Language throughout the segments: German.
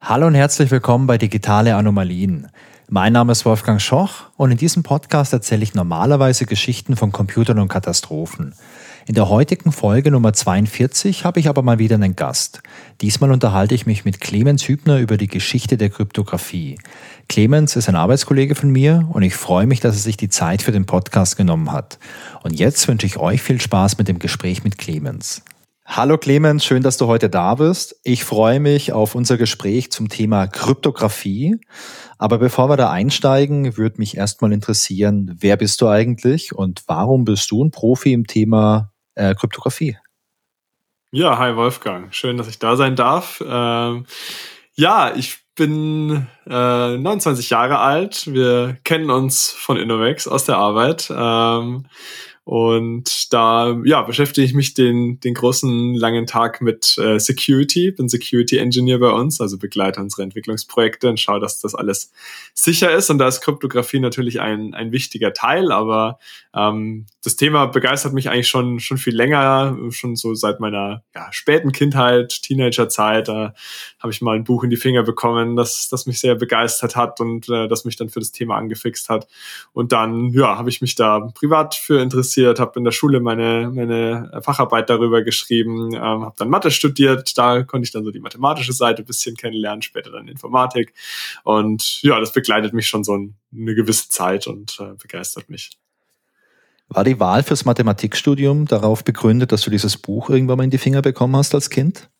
Hallo und herzlich willkommen bei Digitale Anomalien. Mein Name ist Wolfgang Schoch und in diesem Podcast erzähle ich normalerweise Geschichten von Computern und Katastrophen. In der heutigen Folge Nummer 42 habe ich aber mal wieder einen Gast. Diesmal unterhalte ich mich mit Clemens Hübner über die Geschichte der Kryptographie. Clemens ist ein Arbeitskollege von mir und ich freue mich, dass er sich die Zeit für den Podcast genommen hat. Und jetzt wünsche ich euch viel Spaß mit dem Gespräch mit Clemens. Hallo Clemens, schön, dass du heute da bist. Ich freue mich auf unser Gespräch zum Thema Kryptographie. Aber bevor wir da einsteigen, würde mich erstmal interessieren, wer bist du eigentlich und warum bist du ein Profi im Thema Kryptographie? Ja, hi Wolfgang, schön, dass ich da sein darf. Ich bin 29 Jahre alt. Wir kennen uns von Innovex aus der Arbeit. Und da beschäftige ich mich den großen langen Tag mit Security. Bin Security Engineer bei uns, also begleite unsere Entwicklungsprojekte und schaue, dass das alles sicher ist. Und da ist Kryptographie natürlich ein wichtiger Teil, aber das Thema begeistert mich eigentlich schon viel länger, schon so seit meiner späten Kindheit, Teenagerzeit. Da habe ich mal ein Buch in die Finger bekommen, das mich sehr begeistert hat und das mich dann für das Thema angefixt hat. Und dann habe ich mich da privat für interessiert, habe in der Schule meine Facharbeit darüber geschrieben, habe dann Mathe studiert, da konnte ich dann so die mathematische Seite ein bisschen kennenlernen, später dann Informatik und das begleitet mich schon so eine gewisse Zeit und begeistert mich. War die Wahl fürs Mathematikstudium darauf begründet, dass du dieses Buch irgendwann mal in die Finger bekommen hast als Kind?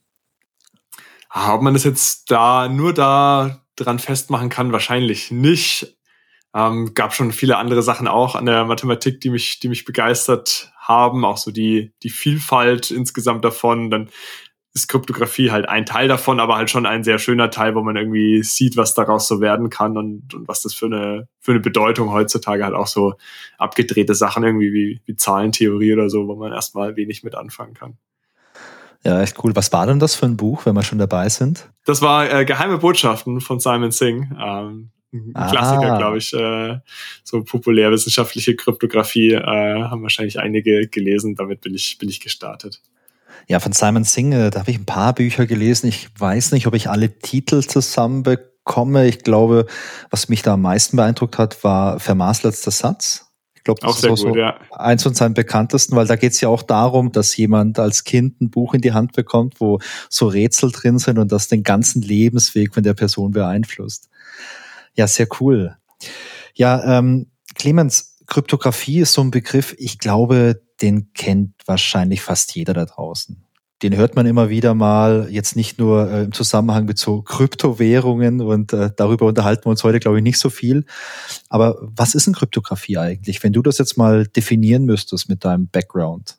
Ob man das jetzt nur da dran festmachen kann, wahrscheinlich nicht. Gab schon viele andere Sachen auch an der Mathematik, die mich begeistert haben, auch so die Vielfalt insgesamt davon. Dann ist Kryptographie halt ein Teil davon, aber halt schon ein sehr schöner Teil, wo man irgendwie sieht, was daraus so werden kann und was das für eine Bedeutung heutzutage hat, auch so abgedrehte Sachen irgendwie wie Zahlentheorie oder so, wo man erstmal wenig mit anfangen kann. Ja, echt cool. Was war denn das für ein Buch, wenn wir schon dabei sind? Das war Geheime Botschaften von Simon Singh. Ein Klassiker, glaube ich. So populärwissenschaftliche Kryptographie haben wahrscheinlich einige gelesen. Damit bin ich gestartet. Ja, von Simon Singh, da habe ich ein paar Bücher gelesen. Ich weiß nicht, ob ich alle Titel zusammenbekomme. Ich glaube, was mich da am meisten beeindruckt hat, war Fermats letzter Satz. Ich glaube, das ist auch so eins von seinen bekanntesten, weil da geht es ja auch darum, dass jemand als Kind ein Buch in die Hand bekommt, wo so Rätsel drin sind und das den ganzen Lebensweg von der Person beeinflusst. Ja, sehr cool. Ja, Clemens, Kryptographie ist so ein Begriff, ich glaube, den kennt wahrscheinlich fast jeder da draußen. Den hört man immer wieder mal, jetzt nicht nur im Zusammenhang mit so Kryptowährungen und darüber unterhalten wir uns heute, glaube ich, nicht so viel. Aber was ist denn Kryptographie eigentlich, wenn du das jetzt mal definieren müsstest mit deinem Background?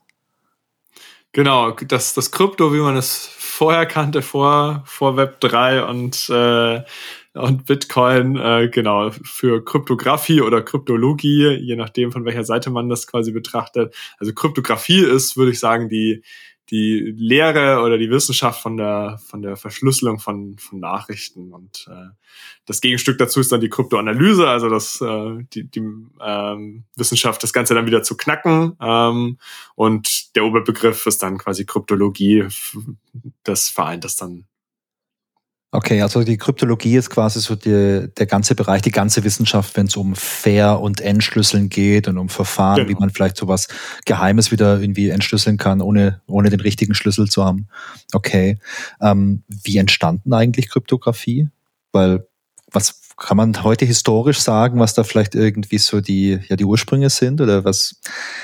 Genau, das Krypto, wie man es vorher kannte, vor Web 3 und Bitcoin, genau, für Kryptographie oder Kryptologie, je nachdem, von welcher Seite man das quasi betrachtet. Also Kryptographie ist, würde ich sagen, die Lehre oder die Wissenschaft von der Verschlüsselung von Nachrichten. Und das Gegenstück dazu ist dann die Kryptoanalyse, also die Wissenschaft, das Ganze dann wieder zu knacken. Und der Oberbegriff ist dann quasi Kryptologie. Das vereint das dann. Okay, also die Kryptologie ist quasi so der ganze Bereich, die ganze Wissenschaft, wenn es um Ver- und Entschlüsseln geht und um Verfahren, genau, wie man vielleicht sowas Geheimes wieder irgendwie entschlüsseln kann, ohne den richtigen Schlüssel zu haben. Okay. Wie entstanden eigentlich Kryptographie? Weil was kann man heute historisch sagen, was da vielleicht irgendwie so die Ursprünge sind oder was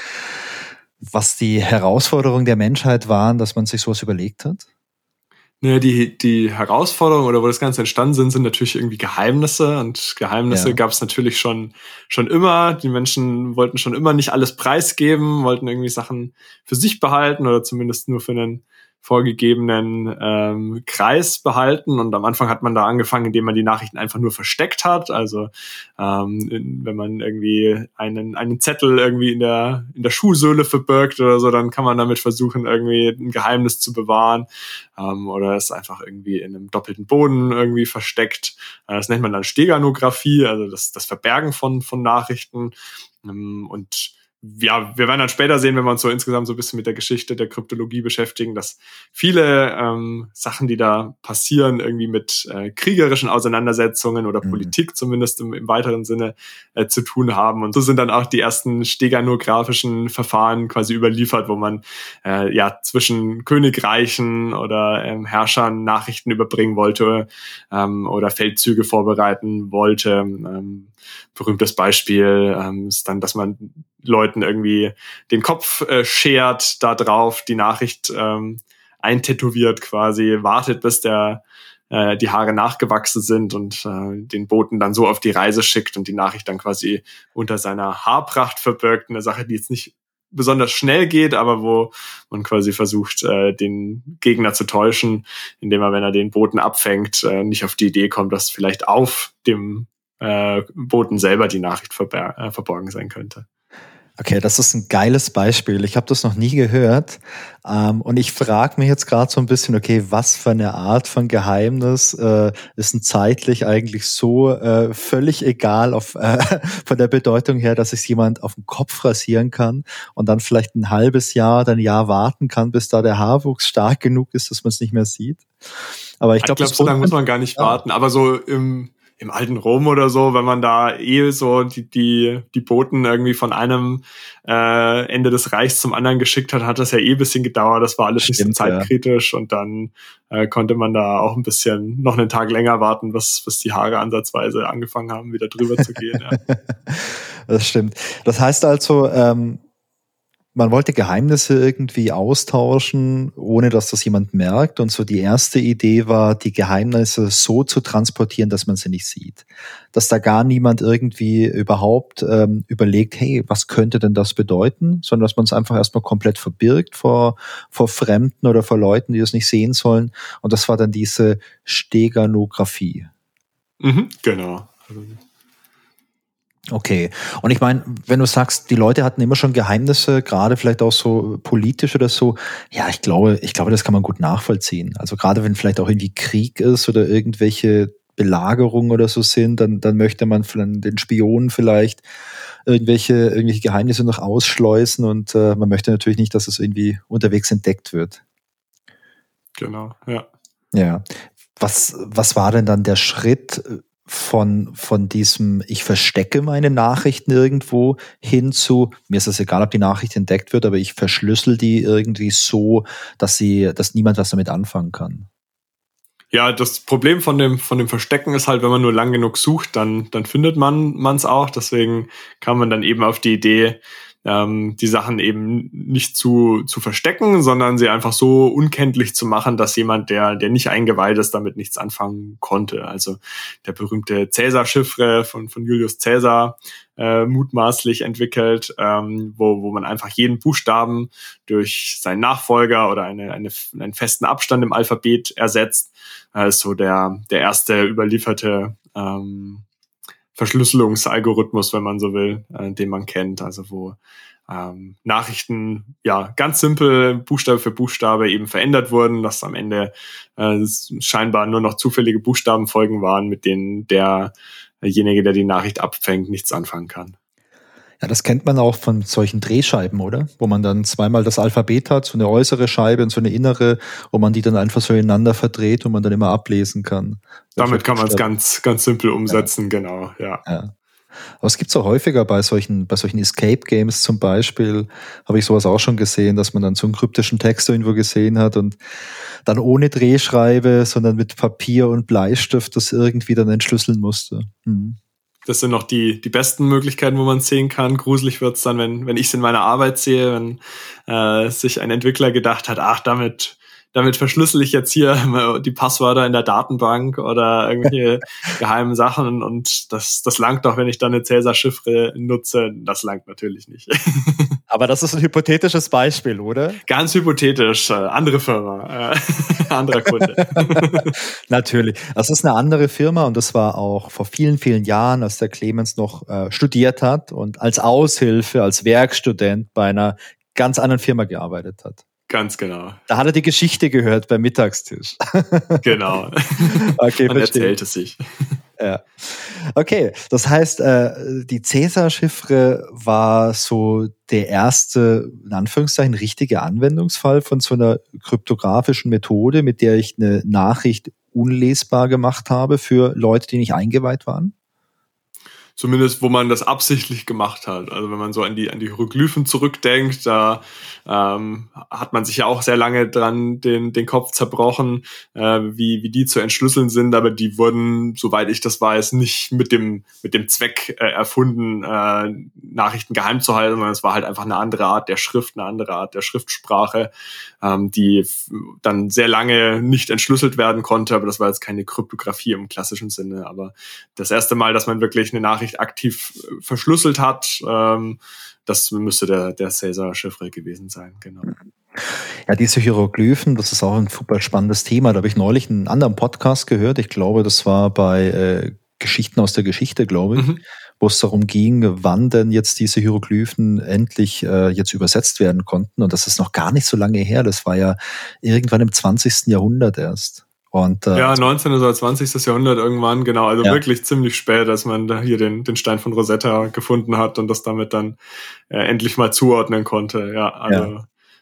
die Herausforderungen der Menschheit waren, dass man sich sowas überlegt hat? Naja, die Herausforderungen oder wo das Ganze entstanden sind natürlich irgendwie Geheimnisse. Und Geheimnisse gab es natürlich schon immer. Die Menschen wollten schon immer nicht alles preisgeben, wollten irgendwie Sachen für sich behalten oder zumindest nur für einen vorgegebenen Kreis behalten. Und am Anfang hat man da angefangen, indem man die Nachrichten einfach nur versteckt hat. Also wenn man irgendwie einen Zettel irgendwie in der Schuhsohle verbirgt oder so, dann kann man damit versuchen, irgendwie ein Geheimnis zu bewahren. Oder es einfach irgendwie in einem doppelten Boden irgendwie versteckt. Das nennt man dann Steganographie, also das Verbergen von Nachrichten. Und ja, wir werden dann später sehen, wenn wir uns so insgesamt so ein bisschen mit der Geschichte der Kryptologie beschäftigen, dass viele Sachen, die da passieren, irgendwie mit kriegerischen Auseinandersetzungen oder Politik zumindest im weiteren Sinne zu tun haben. Und so sind dann auch die ersten steganografischen Verfahren quasi überliefert, wo man ja zwischen Königreichen oder Herrschern Nachrichten überbringen wollte oder Feldzüge vorbereiten wollte. Berühmtes Beispiel ist dann, dass man Leuten irgendwie den Kopf schert, da drauf die Nachricht eintätowiert quasi, wartet, bis die Haare nachgewachsen sind und den Boten dann so auf die Reise schickt und die Nachricht dann quasi unter seiner Haarpracht verbirgt. Eine Sache, die jetzt nicht besonders schnell geht, aber wo man quasi versucht, den Gegner zu täuschen, indem er, wenn er den Boten abfängt, nicht auf die Idee kommt, dass vielleicht auf dem Boten selber die Nachricht verborgen sein könnte. Okay, das ist ein geiles Beispiel. Ich habe das noch nie gehört. Und ich frage mich jetzt gerade so ein bisschen, okay, was für eine Art von Geheimnis ist denn zeitlich eigentlich so völlig egal von der Bedeutung her, dass sich jemand auf den Kopf rasieren kann und dann vielleicht ein halbes Jahr oder ein Jahr warten kann, bis da der Haarwuchs stark genug ist, dass man es nicht mehr sieht. Aber ich glaube, so lange muss man gar nicht warten. Aber so im alten Rom oder so, wenn man da so die Boten irgendwie von einem Ende des Reichs zum anderen geschickt hat das ja ein bisschen gedauert. Das war alles nicht so zeitkritisch und dann konnte man da auch ein bisschen noch einen Tag länger warten, bis die Haare ansatzweise angefangen haben, wieder drüber zu gehen. Ja. Das stimmt. Das heißt also, man wollte Geheimnisse irgendwie austauschen, ohne dass das jemand merkt. Und so die erste Idee war, die Geheimnisse so zu transportieren, dass man sie nicht sieht. Dass da gar niemand irgendwie überhaupt überlegt, hey, was könnte denn das bedeuten? Sondern dass man es einfach erstmal komplett verbirgt vor Fremden oder vor Leuten, die es nicht sehen sollen. Und das war dann diese Steganographie. Genau. Okay. Und ich meine, wenn du sagst, die Leute hatten immer schon Geheimnisse, gerade vielleicht auch so politisch oder so, ja, ich glaube, das kann man gut nachvollziehen. Also gerade wenn vielleicht auch irgendwie Krieg ist oder irgendwelche Belagerungen oder so sind, dann möchte man von den Spionen vielleicht irgendwelche Geheimnisse noch ausschleusen und man möchte natürlich nicht, dass es irgendwie unterwegs entdeckt wird. Genau, ja. Ja. Was war denn dann der Schritt von diesem, ich verstecke meine Nachrichten irgendwo hin zu, mir ist es egal, ob die Nachricht entdeckt wird, aber ich verschlüssel die irgendwie so, dass niemand was damit anfangen kann? Ja, das Problem von dem Verstecken ist halt, wenn man nur lang genug sucht, dann findet man's auch. Deswegen kam man dann eben auf die Idee, die Sachen eben nicht zu verstecken, sondern sie einfach so unkenntlich zu machen, dass jemand, der nicht eingeweiht ist, damit nichts anfangen konnte. Also der berühmte Cäsar-Chiffre von Julius Caesar, mutmaßlich entwickelt, wo man einfach jeden Buchstaben durch seinen Nachfolger oder einen festen Abstand im Alphabet ersetzt. Ist so der erste überlieferte Verschlüsselungsalgorithmus, wenn man so will, den man kennt, also wo Nachrichten ja ganz simpel Buchstabe für Buchstabe eben verändert wurden, dass am Ende scheinbar nur noch zufällige Buchstabenfolgen waren, mit denen derjenige, der die Nachricht abfängt, nichts anfangen kann. Ja, das kennt man auch von solchen Drehscheiben, oder? Wo man dann zweimal das Alphabet hat, so eine äußere Scheibe und so eine innere, wo man die dann einfach so ineinander verdreht und man dann immer ablesen kann. Damit kann man es ganz, ganz simpel umsetzen, ja. Genau, ja. Aber es gibt es auch häufiger bei solchen Escape Games zum Beispiel, habe ich sowas auch schon gesehen, dass man dann so einen kryptischen Text irgendwo gesehen hat und dann ohne Drehscheibe, sondern mit Papier und Bleistift das irgendwie dann entschlüsseln musste. Das sind noch die besten Möglichkeiten, wo man es sehen kann. Gruselig wird's dann, wenn ich es in meiner Arbeit sehe, wenn sich ein Entwickler gedacht hat, damit verschlüssel ich jetzt hier die Passwörter in der Datenbank oder irgendwelche geheimen Sachen und das langt doch, wenn ich dann eine Cäsar-Chiffre nutze. Das langt natürlich nicht. Aber das ist ein hypothetisches Beispiel, oder? Ganz hypothetisch. Andere Firma, anderer Kunde. Natürlich. Das ist eine andere Firma und das war auch vor vielen, vielen Jahren, als der Clemens noch studiert hat und als Aushilfe, als Werkstudent bei einer ganz anderen Firma gearbeitet hat. Ganz genau. Da hat er die Geschichte gehört beim Mittagstisch. Genau. Okay, man erzählt es sich. Ja. Okay, das heißt, die Cäsar-Chiffre war so der erste, in Anführungszeichen, richtige Anwendungsfall von so einer kryptografischen Methode, mit der ich eine Nachricht unlesbar gemacht habe für Leute, die nicht eingeweiht waren? Zumindest, wo man das absichtlich gemacht hat. Also wenn man so an die Hieroglyphen zurückdenkt, da hat man sich ja auch sehr lange dran den Kopf zerbrochen, wie die zu entschlüsseln sind, aber die wurden, soweit ich das weiß, nicht mit dem Zweck erfunden, Nachrichten geheim zu halten, sondern es war halt einfach eine andere Art der Schrift, eine andere Art der Schriftsprache, die dann sehr lange nicht entschlüsselt werden konnte, aber das war jetzt keine Kryptographie im klassischen Sinne. Aber das erste Mal, dass man wirklich eine Nachricht aktiv verschlüsselt hat, das müsste der Cäsar-Chiffre gewesen sein, genau. Ja, diese Hieroglyphen, das ist auch ein super spannendes Thema. Da habe ich neulich einen anderen Podcast gehört. Ich glaube, das war bei Geschichten aus der Geschichte, glaube ich, wo es darum ging, wann denn jetzt diese Hieroglyphen endlich jetzt übersetzt werden konnten. Und das ist noch gar nicht so lange her. Das war ja irgendwann im 20. Jahrhundert erst. Und, ja, 19. oder 20. Jahrhundert irgendwann, genau. Also wirklich ziemlich spät, dass man da hier den Stein von Rosetta gefunden hat und das damit dann endlich mal zuordnen konnte. Ja, also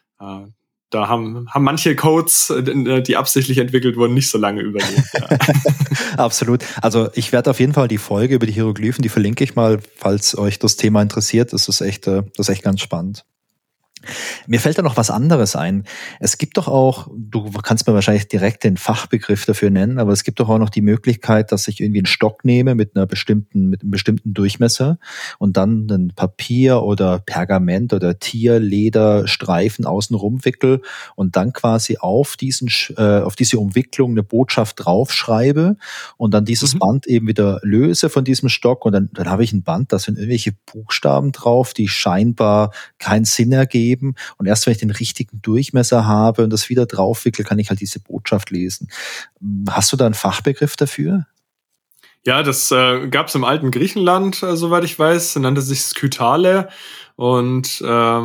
da haben manche Codes, die absichtlich entwickelt wurden, nicht so lange überlebt. Ja. Absolut. Also ich werde auf jeden Fall die Folge über die Hieroglyphen, die verlinke ich mal, falls euch das Thema interessiert. Das ist echt ganz spannend. Mir fällt da noch was anderes ein. Es gibt doch auch, du kannst mir wahrscheinlich direkt den Fachbegriff dafür nennen, aber es gibt doch auch noch die Möglichkeit, dass ich irgendwie einen Stock nehme mit einem bestimmten Durchmesser und dann ein Papier oder Pergament oder Tierlederstreifen außenrum wickel und dann quasi auf diese Umwicklung eine Botschaft draufschreibe und dann dieses Band eben wieder löse von diesem Stock und dann habe ich ein Band, da sind irgendwelche Buchstaben drauf, die scheinbar keinen Sinn ergeben. Und erst wenn ich den richtigen Durchmesser habe und das wieder draufwickel, kann ich halt diese Botschaft lesen. Hast du da einen Fachbegriff dafür? Ja, das gab es im alten Griechenland, soweit ich weiß, nannte sich Skytale und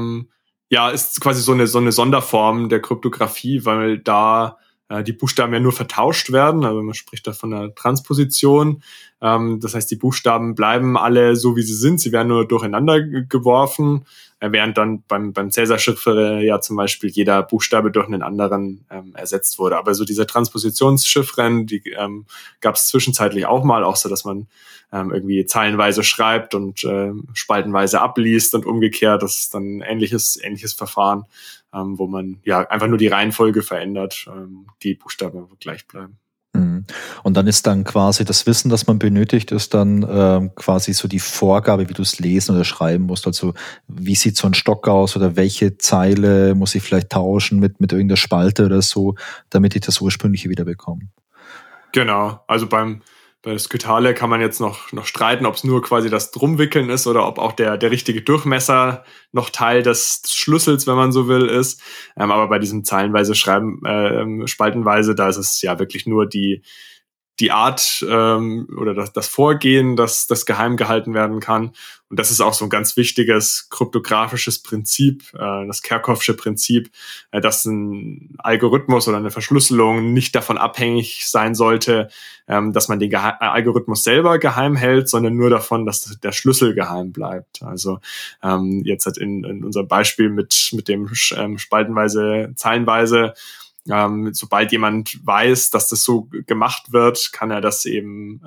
ist quasi so eine Sonderform der Kryptographie, weil da die Buchstaben ja nur vertauscht werden, also man spricht da von einer Transposition. Das heißt, die Buchstaben bleiben alle so, wie sie sind, sie werden nur durcheinander geworfen, während dann beim Cäsar-Chiffre ja zum Beispiel jeder Buchstabe durch einen anderen ersetzt wurde. Aber so diese Transpositionschiffren, die gab es zwischenzeitlich auch mal, auch so, dass man irgendwie zeilenweise schreibt und spaltenweise abliest und umgekehrt. Das ist dann ein ähnliches Verfahren, wo man ja einfach nur die Reihenfolge verändert, die Buchstaben gleich bleiben. Und dann ist dann quasi das Wissen, das man benötigt, ist dann quasi so die Vorgabe, wie du es lesen oder schreiben musst. Also wie sieht so ein Stock aus oder welche Zeile muss ich vielleicht tauschen mit irgendeiner Spalte oder so, damit ich das Ursprüngliche wieder bekomme. Genau, also bei Skytale kann man jetzt noch streiten, ob es nur quasi das Drumwickeln ist oder ob auch der richtige Durchmesser noch Teil des Schlüssels, wenn man so will, ist. Aber bei diesem zeilenweise Schreiben, spaltenweise, da ist es ja wirklich nur die Art oder das Vorgehen, das geheim gehalten werden kann. Und das ist auch so ein ganz wichtiges kryptografisches Prinzip, das Kerckhoffsche Prinzip, dass ein Algorithmus oder eine Verschlüsselung nicht davon abhängig sein sollte, dass man den Algorithmus selber geheim hält, sondern nur davon, dass der Schlüssel geheim bleibt. Also jetzt halt in unserem Beispiel mit dem spaltenweise, zeilenweise, sobald jemand weiß, dass das so gemacht wird, kann er das eben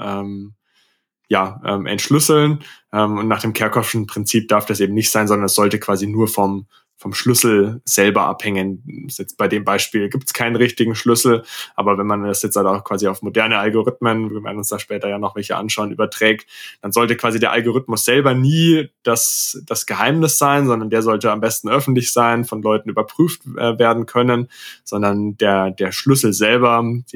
entschlüsseln. Und nach dem Kerckhoffschen Prinzip darf das eben nicht sein, sondern es sollte quasi nur vom Schlüssel selber abhängen. Jetzt bei dem Beispiel gibt es keinen richtigen Schlüssel, aber wenn man das jetzt halt auch quasi auf moderne Algorithmen, wir werden uns da später ja noch welche anschauen, überträgt, dann sollte quasi der Algorithmus selber nie das Geheimnis sein, sondern der sollte am besten öffentlich sein, von Leuten überprüft werden können, sondern der Schlüssel selber, und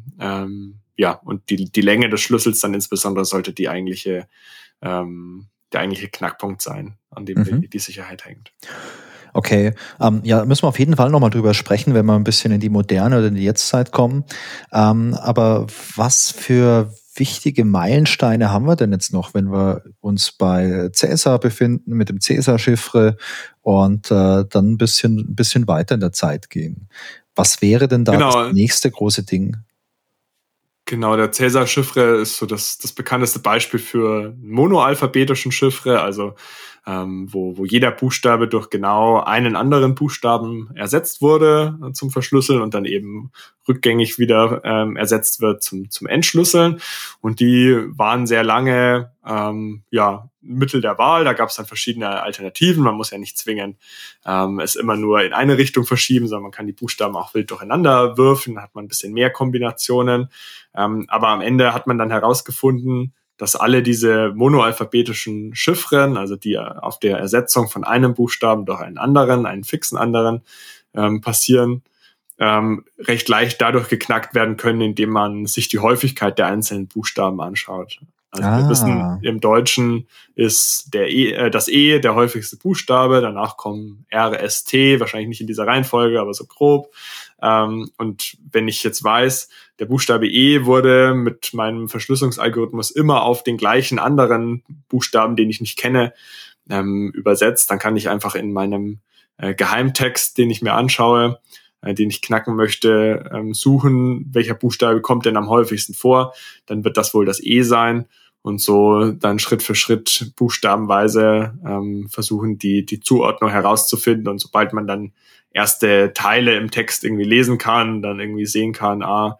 die Länge des Schlüssels dann insbesondere sollte der eigentliche Knackpunkt sein, an dem die Sicherheit hängt. Okay, müssen wir auf jeden Fall nochmal drüber sprechen, wenn wir ein bisschen in die Moderne oder in die Jetztzeit kommen. Aber was für wichtige Meilensteine haben wir denn jetzt noch, wenn wir uns bei Cäsar befinden, mit dem Cäsar-Chiffre und dann ein bisschen weiter in der Zeit gehen? Was wäre denn da das nächste große Ding? Genau, der Cäsar-Chiffre ist so das bekannteste Beispiel für monoalphabetischen Chiffre, also wo jeder Buchstabe durch genau einen anderen Buchstaben ersetzt wurde zum Verschlüsseln und dann eben rückgängig wieder ersetzt wird zum Entschlüsseln. Und die waren sehr lange Mittel der Wahl. Da gab es dann verschiedene Alternativen. Man muss ja nicht zwingend es immer nur in eine Richtung verschieben, sondern man kann die Buchstaben auch wild durcheinander würfeln. Dann hat man ein bisschen mehr Kombinationen. Aber am Ende hat man dann herausgefunden, dass alle diese monoalphabetischen Chiffren, also die auf der Ersetzung von einem Buchstaben durch einen anderen, einen fixen anderen passieren, recht leicht dadurch geknackt werden können, indem man sich die Häufigkeit der einzelnen Buchstaben anschaut. Also wir wissen, im Deutschen ist das E der häufigste Buchstabe, danach kommen R, S, T, wahrscheinlich nicht in dieser Reihenfolge, aber so grob. Und wenn ich jetzt weiß, der Buchstabe E wurde mit meinem Verschlüsselungsalgorithmus immer auf den gleichen anderen Buchstaben, den ich nicht kenne, übersetzt, dann kann ich einfach in meinem Geheimtext, den ich mir anschaue, den ich knacken möchte, suchen, welcher Buchstabe kommt denn am häufigsten vor. Dann wird das wohl das E sein. Und so dann Schritt für Schritt buchstabenweise versuchen, die Zuordnung herauszufinden. Und sobald man dann erste Teile im Text irgendwie lesen kann, dann irgendwie sehen kann,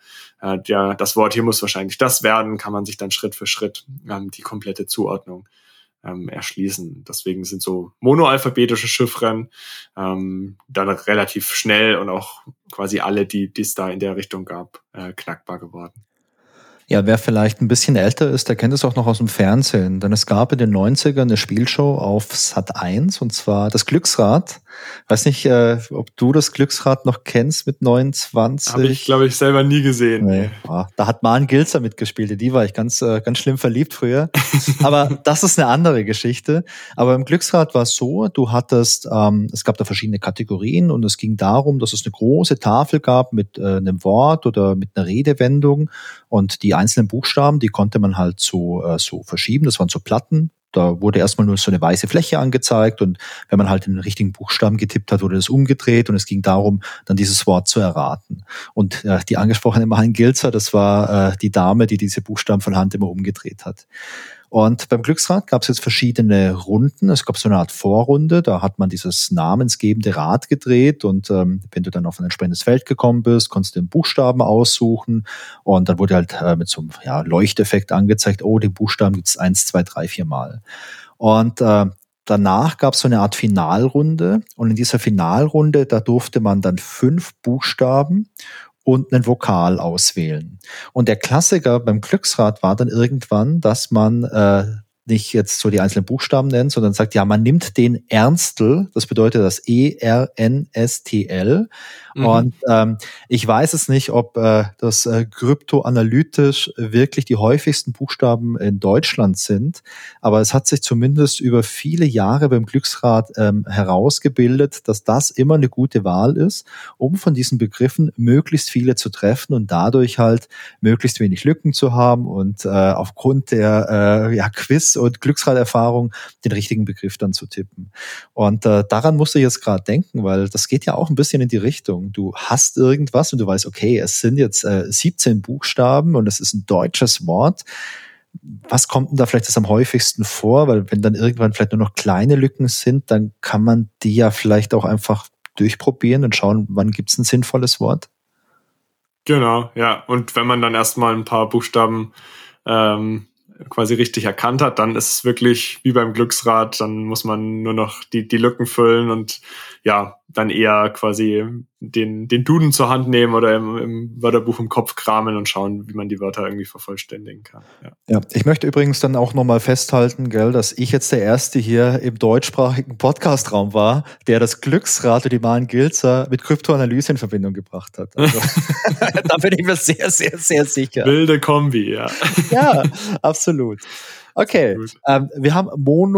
das Wort hier muss wahrscheinlich das werden, kann man sich dann Schritt für Schritt die komplette Zuordnung erschließen. Deswegen sind so monoalphabetische Chiffren dann relativ schnell und auch quasi alle, die es da in der Richtung gab, knackbar geworden. Ja, wer vielleicht ein bisschen älter ist, der kennt es auch noch aus dem Fernsehen. Denn es gab in den 90ern eine Spielshow auf Sat.1, und zwar das Glücksrad. Weiß nicht, ob du das Glücksrad noch kennst mit 29. Habe ich, glaube ich, selber nie gesehen. Nee. Ja, da hat Maren Gilzer mitgespielt, die war ich ganz schlimm verliebt früher. Aber das ist eine andere Geschichte. Aber im Glücksrad war es so, du hattest, es gab da verschiedene Kategorien und es ging darum, dass es eine große Tafel gab mit einem Wort oder mit einer Redewendung, und die einzelnen Buchstaben, die konnte man halt so verschieben. Das waren so Platten. Da wurde erstmal nur so eine weiße Fläche angezeigt, und wenn man halt den richtigen Buchstaben getippt hat, wurde das umgedreht, und es ging darum, dann dieses Wort zu erraten. Und die angesprochene Maren Gilzer, das war die Dame, die diese Buchstaben von Hand immer umgedreht hat. Und beim Glücksrad gab es jetzt verschiedene Runden. Es gab so eine Art Vorrunde, da hat man dieses namensgebende Rad gedreht, und wenn du dann auf ein entsprechendes Feld gekommen bist, konntest du den Buchstaben aussuchen, und dann wurde halt mit so einem Leuchteffekt angezeigt, den Buchstaben gibt es 1, 2, 3, 4 Mal. Und danach gab es so eine Art Finalrunde, und in dieser Finalrunde, da durfte man dann 5 Buchstaben und einen Vokal auswählen. Und der Klassiker beim Glücksrad war dann irgendwann, dass man nicht jetzt so die einzelnen Buchstaben nennt, sondern sagt, man nimmt den Ernstel, das bedeutet das ERNSTL. Mhm. Und ich weiß es nicht, ob das kryptoanalytisch wirklich die häufigsten Buchstaben in Deutschland sind, aber es hat sich zumindest über viele Jahre beim Glücksrad herausgebildet, dass das immer eine gute Wahl ist, um von diesen Begriffen möglichst viele zu treffen und dadurch halt möglichst wenig Lücken zu haben und aufgrund der Quiz- und Glücksraderfahrung den richtigen Begriff dann zu tippen. Und daran musste ich jetzt gerade denken, weil das geht ja auch ein bisschen in die Richtung. Du hast irgendwas und du weißt, okay, es sind jetzt 17 Buchstaben und es ist ein deutsches Wort. Was kommt denn da vielleicht das am häufigsten vor? Weil wenn dann irgendwann vielleicht nur noch kleine Lücken sind, dann kann man die ja vielleicht auch einfach durchprobieren und schauen, wann gibt es ein sinnvolles Wort. Genau, ja. Und wenn man dann erstmal ein paar Buchstaben quasi richtig erkannt hat, dann ist es wirklich wie beim Glücksrad, dann muss man nur noch die Lücken füllen und dann eher quasi den Duden zur Hand nehmen oder im Wörterbuch im Kopf kramen und schauen, wie man die Wörter irgendwie vervollständigen kann. Ja, ich möchte übrigens dann auch nochmal festhalten, dass ich jetzt der Erste hier im deutschsprachigen Podcastraum war, der das Glücksrad und die Maren Gilzer mit Kryptoanalyse in Verbindung gebracht hat. Also, da bin ich mir sehr, sehr, sehr sicher. Wilde Kombi, ja. Ja, absolut. Okay, wir haben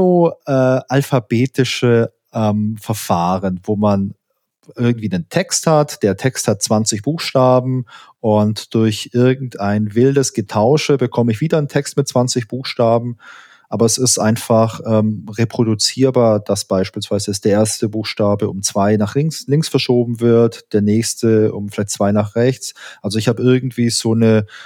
monoalphabetische Verfahren, wo man irgendwie einen Text hat. Der Text hat 20 Buchstaben und durch irgendein wildes Getausche bekomme ich wieder einen Text mit 20 Buchstaben. Aber es ist einfach reproduzierbar, dass beispielsweise der erste Buchstabe um 2 nach links verschoben wird, der nächste um vielleicht 2 nach rechts. Also ich habe irgendwie so eine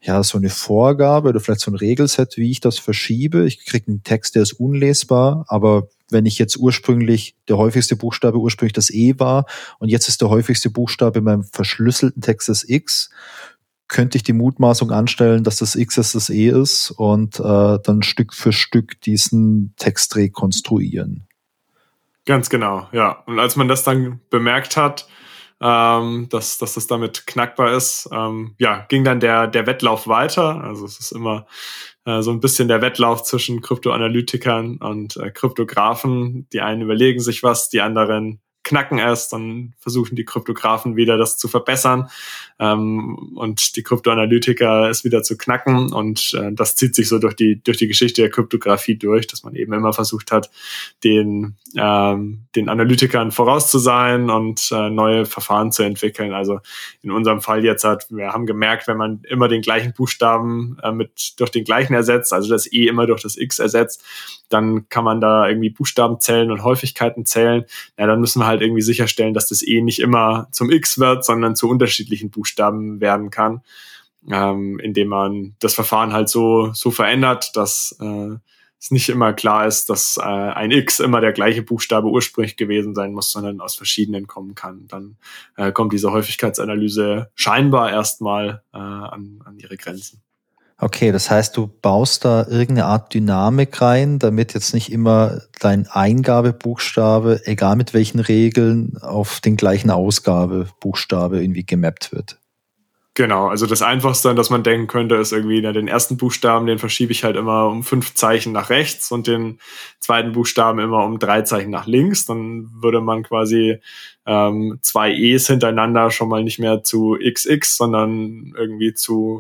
ja, so eine Vorgabe oder vielleicht so ein Regelset, wie ich das verschiebe. Ich kriege einen Text, der ist unlesbar, aber wenn ich jetzt der häufigste Buchstabe ursprünglich das E war und jetzt ist der häufigste Buchstabe in meinem verschlüsselten Text das X, könnte ich die Mutmaßung anstellen, dass das X das E ist und dann Stück für Stück diesen Text rekonstruieren. Ganz genau, ja. Und als man das dann bemerkt hat, dass das damit knackbar ist, ging dann der Wettlauf weiter. Also es ist immer so ein bisschen der Wettlauf zwischen Kryptoanalytikern und Kryptographen. Die einen überlegen sich was, die anderen knacken es, dann versuchen die Kryptographen wieder das zu verbessern und die Kryptoanalytiker es wieder zu knacken und das zieht sich so durch die Geschichte der Kryptographie durch, dass man eben immer versucht hat, den Analytikern voraus zu sein und neue Verfahren zu entwickeln. Also in unserem Fall jetzt wir haben gemerkt, wenn man immer den gleichen Buchstaben durch den gleichen ersetzt, also das E immer durch das X ersetzt, dann kann man da irgendwie Buchstaben zählen und Häufigkeiten zählen. Ja, dann müssen wir halt irgendwie sicherstellen, dass das E nicht immer zum X wird, sondern zu unterschiedlichen Buchstaben werden kann, indem man das Verfahren halt so verändert, dass es nicht immer klar ist, dass ein X immer der gleiche Buchstabe ursprünglich gewesen sein muss, sondern aus verschiedenen kommen kann. Dann kommt diese Häufigkeitsanalyse scheinbar erstmal an ihre Grenzen. Okay, das heißt, du baust da irgendeine Art Dynamik rein, damit jetzt nicht immer dein Eingabebuchstabe, egal mit welchen Regeln, auf den gleichen Ausgabebuchstabe irgendwie gemappt wird. Genau, also das Einfachste, an das man denken könnte, ist irgendwie den ersten Buchstaben, den verschiebe ich halt immer um 5 Zeichen nach rechts und den zweiten Buchstaben immer um 3 Zeichen nach links. Dann würde man quasi 2 E's hintereinander schon mal nicht mehr zu XX, sondern irgendwie zu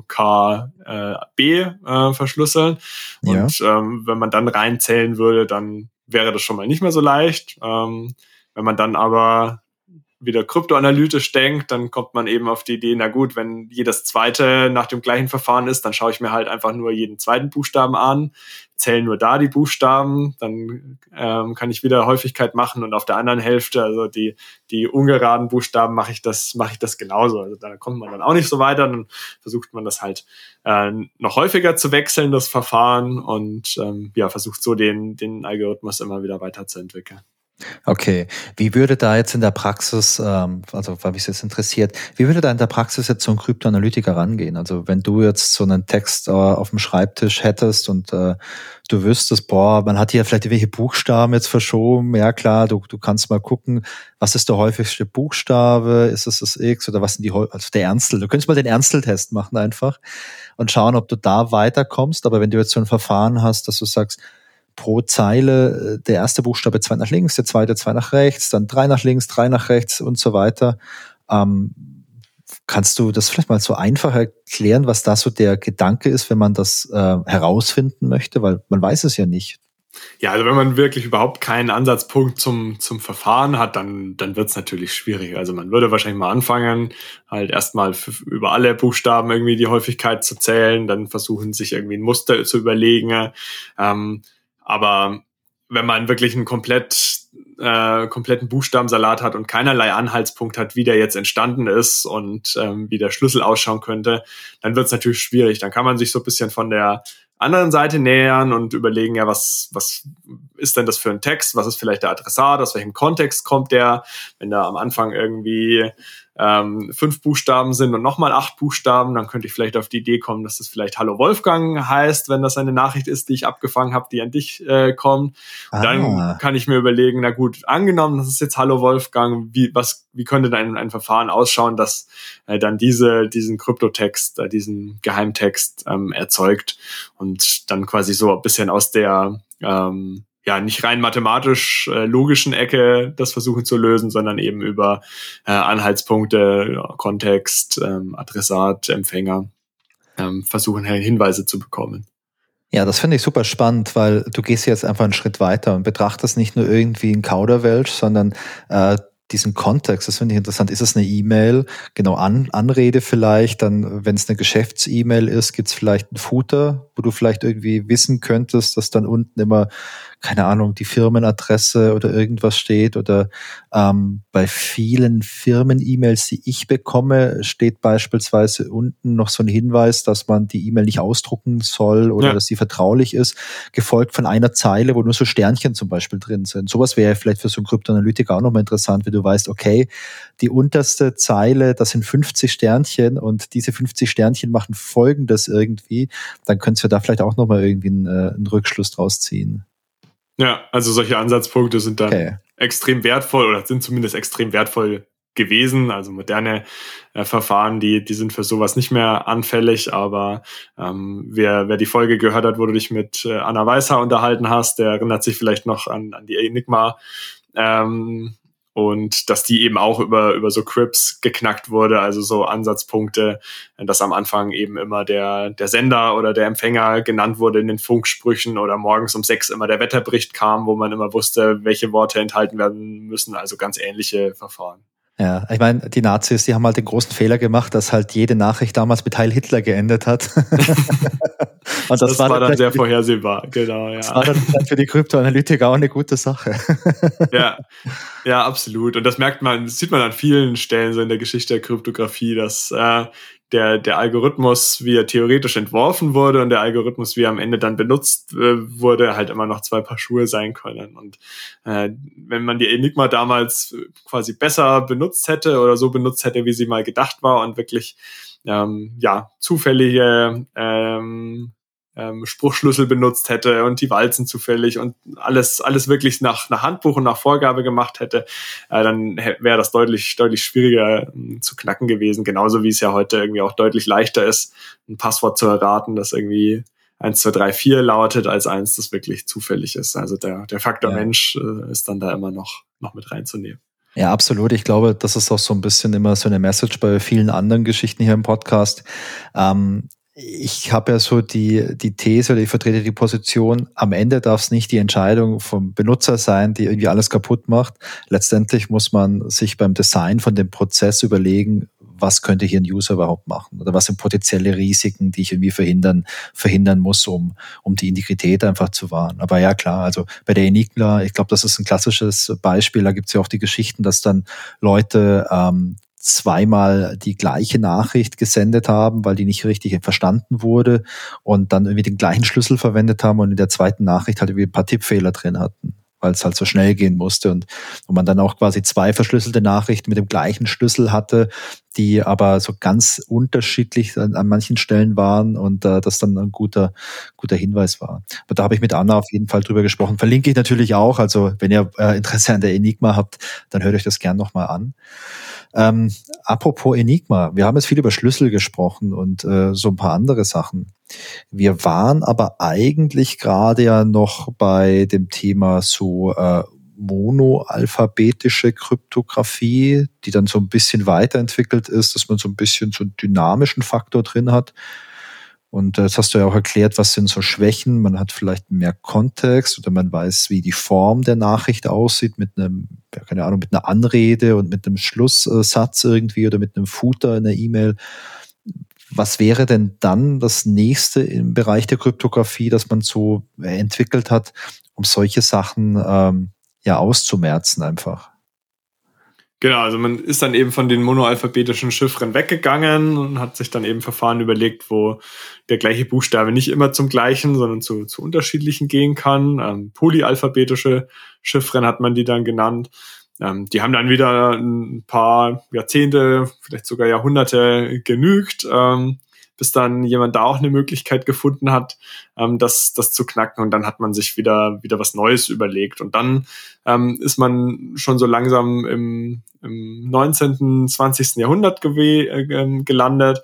KB verschlüsseln. Ja. Und wenn man dann reinzählen würde, dann wäre das schon mal nicht mehr so leicht. Wenn man dann aber wieder kryptoanalytisch denkt, dann kommt man eben auf die Idee, na gut, wenn jedes zweite nach dem gleichen Verfahren ist, dann schaue ich mir halt einfach nur jeden zweiten Buchstaben an, zähle nur da die Buchstaben, dann kann ich wieder Häufigkeit machen und auf der anderen Hälfte, also die ungeraden Buchstaben, mache ich das genauso. Also da kommt man dann auch nicht so weiter, dann versucht man das halt noch häufiger zu wechseln, das Verfahren, und versucht so den Algorithmus immer wieder weiterzuentwickeln. Okay, wie würde da jetzt in der Praxis, also weil mich jetzt interessiert, wie würde da in der Praxis jetzt so ein Kryptoanalytiker rangehen? Also wenn du jetzt so einen Text auf dem Schreibtisch hättest und du wüsstest, man hat hier vielleicht welche Buchstaben jetzt verschoben, ja klar, du kannst mal gucken, was ist der häufigste Buchstabe, ist es das X oder was sind also der Ernstel, du könntest mal den Ernstel-Test machen einfach und schauen, ob du da weiterkommst, aber wenn du jetzt so ein Verfahren hast, dass du sagst, pro Zeile der erste Buchstabe 2 nach links, der zweite 2 nach rechts, dann 3 nach links, 3 nach rechts und so weiter. Kannst du das vielleicht mal so einfach erklären, was da so der Gedanke ist, wenn man das herausfinden möchte? Weil man weiß es ja nicht. Ja, also wenn man wirklich überhaupt keinen Ansatzpunkt zum Verfahren hat, dann wird es natürlich schwierig. Also man würde wahrscheinlich mal anfangen, halt erstmal über alle Buchstaben irgendwie die Häufigkeit zu zählen, dann versuchen, sich irgendwie ein Muster zu überlegen. Aber wenn man wirklich einen kompletten Buchstabensalat hat und keinerlei Anhaltspunkt hat, wie der jetzt entstanden ist und wie der Schlüssel ausschauen könnte, dann wird es natürlich schwierig. Dann kann man sich so ein bisschen von der anderen Seite nähern und überlegen, ja, was ist denn das für ein Text? Was ist vielleicht der Adressat? Aus welchem Kontext kommt der? Wenn da am Anfang irgendwie 5 Buchstaben sind und nochmal 8 Buchstaben, dann könnte ich vielleicht auf die Idee kommen, dass das vielleicht Hallo Wolfgang heißt, wenn das eine Nachricht ist, die ich abgefangen habe, die an dich kommt. Und dann kann ich mir überlegen, na gut, angenommen, das ist jetzt Hallo Wolfgang, wie könnte dann ein Verfahren ausschauen, das dann diesen Kryptotext, diesen Geheimtext erzeugt und dann quasi so ein bisschen aus der nicht rein mathematisch logischen Ecke das versuchen zu lösen, sondern eben über Anhaltspunkte, Kontext, Adressat, Empfänger versuchen Hinweise zu bekommen. Ja, das finde ich super spannend, weil du gehst jetzt einfach einen Schritt weiter und betrachtest nicht nur irgendwie ein Kauderwelsch, sondern diesen Kontext, das finde ich interessant. Ist es eine E-Mail? Genau, Anrede vielleicht, dann, wenn es eine Geschäfts-E-Mail ist, gibt es vielleicht einen Footer, wo du vielleicht irgendwie wissen könntest, dass dann unten immer, keine Ahnung, die Firmenadresse oder irgendwas steht oder bei vielen Firmen-E-Mails, die ich bekomme, steht beispielsweise unten noch so ein Hinweis, dass man die E-Mail nicht ausdrucken soll oder dass sie vertraulich ist, gefolgt von einer Zeile, wo nur so Sternchen zum Beispiel drin sind. Sowas wäre vielleicht für so einen Kryptoanalytiker auch nochmal interessant, wenn du weißt, okay, die unterste Zeile, das sind 50 Sternchen und diese 50 Sternchen machen Folgendes irgendwie, dann könntest du da vielleicht auch nochmal irgendwie einen Rückschluss draus ziehen. Ja, also solche Ansatzpunkte sind dann extrem wertvoll oder sind zumindest extrem wertvoll gewesen. Also moderne Verfahren, die sind für sowas nicht mehr anfällig, aber wer die Folge gehört hat, wo du dich mit Anna Weisser unterhalten hast, der erinnert sich vielleicht noch an die Enigma. Und dass die eben auch über so Crypts geknackt wurde, also so Ansatzpunkte, dass am Anfang eben immer der Sender oder der Empfänger genannt wurde in den Funksprüchen oder morgens um 6 immer der Wetterbericht kam, wo man immer wusste, welche Worte enthalten werden müssen, also ganz ähnliche Verfahren. Ja, ich meine, die Nazis, die haben halt den großen Fehler gemacht, dass halt jede Nachricht damals mit Heil Hitler geendet hat. Und das war dann sehr vorhersehbar, genau, ja. Das war dann für die Kryptoanalytiker auch eine gute Sache. Ja, absolut. Und das sieht man an vielen Stellen so in der Geschichte der Kryptographie, dass der Algorithmus, wie er theoretisch entworfen wurde und der Algorithmus, wie er am Ende dann benutzt wurde, halt immer noch zwei Paar Schuhe sein können. Und wenn man die Enigma damals quasi besser benutzt hätte oder so benutzt hätte, wie sie mal gedacht war und wirklich zufällige Spruchschlüssel benutzt hätte und die Walzen zufällig und alles wirklich nach Handbuch und nach Vorgabe gemacht hätte, dann wäre das deutlich schwieriger zu knacken gewesen. Genauso wie es ja heute irgendwie auch deutlich leichter ist, ein Passwort zu erraten, das irgendwie 1, 2, 3, 4 lautet, als eins, das wirklich zufällig ist. Also der Faktor Mensch ist dann da immer noch mit reinzunehmen. Ja, absolut. Ich glaube, das ist auch so ein bisschen immer so eine Message bei vielen anderen Geschichten hier im Podcast. Ich habe ja so die These oder ich vertrete die Position, am Ende darf es nicht die Entscheidung vom Benutzer sein, die irgendwie alles kaputt macht. Letztendlich muss man sich beim Design von dem Prozess überlegen, was könnte hier ein User überhaupt machen oder was sind potenzielle Risiken, die ich irgendwie verhindern muss, um die Integrität einfach zu wahren. Aber ja, klar, also bei der Enigma, ich glaube, das ist ein klassisches Beispiel, da gibt es ja auch die Geschichten, dass dann Leute zweimal die gleiche Nachricht gesendet haben, weil die nicht richtig verstanden wurde und dann irgendwie den gleichen Schlüssel verwendet haben und in der zweiten Nachricht halt irgendwie ein paar Tippfehler drin hatten, weil es halt so schnell gehen musste und man dann auch quasi zwei verschlüsselte Nachrichten mit dem gleichen Schlüssel hatte, die aber so ganz unterschiedlich an manchen Stellen waren und das dann ein guter Hinweis war. Aber da habe ich mit Anna auf jeden Fall drüber gesprochen. Verlinke ich natürlich auch, also wenn ihr Interesse an der Enigma habt, dann hört euch das gern nochmal an. Apropos Enigma, wir haben jetzt viel über Schlüssel gesprochen und so ein paar andere Sachen. Wir waren aber eigentlich gerade ja noch bei dem Thema so monoalphabetische Kryptographie, die dann so ein bisschen weiterentwickelt ist, dass man so ein bisschen so einen dynamischen Faktor drin hat. Und das hast du ja auch erklärt, was sind so Schwächen. Man hat vielleicht mehr Kontext oder man weiß, wie die Form der Nachricht aussieht mit einem, keine Ahnung, mit einer Anrede und mit einem Schlusssatz irgendwie oder mit einem Footer in der E-Mail. Was wäre denn dann das nächste im Bereich der Kryptographie, das man so entwickelt hat, um solche Sachen auszumerzen einfach? Genau, also man ist dann eben von den monoalphabetischen Chiffren weggegangen und hat sich dann eben Verfahren überlegt, wo der gleiche Buchstabe nicht immer zum gleichen, sondern zu unterschiedlichen gehen kann. Polyalphabetische Chiffren hat man die dann genannt. Die haben dann wieder ein paar Jahrzehnte, vielleicht sogar Jahrhunderte genügt, bis dann jemand da auch eine Möglichkeit gefunden hat, das zu knacken. Und dann hat man sich wieder was Neues überlegt. Und dann ist man schon so langsam im 19., 20. Jahrhundert gelandet,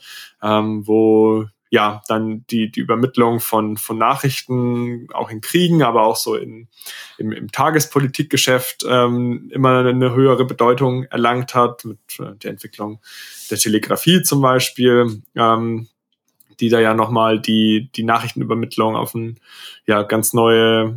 wo dann die Übermittlung von Nachrichten auch in Kriegen, aber auch so im Tagespolitikgeschäft immer eine höhere Bedeutung erlangt hat, mit der Entwicklung der Telegrafie zum Beispiel, die da ja nochmal die Nachrichtenübermittlung auf eine ganz neue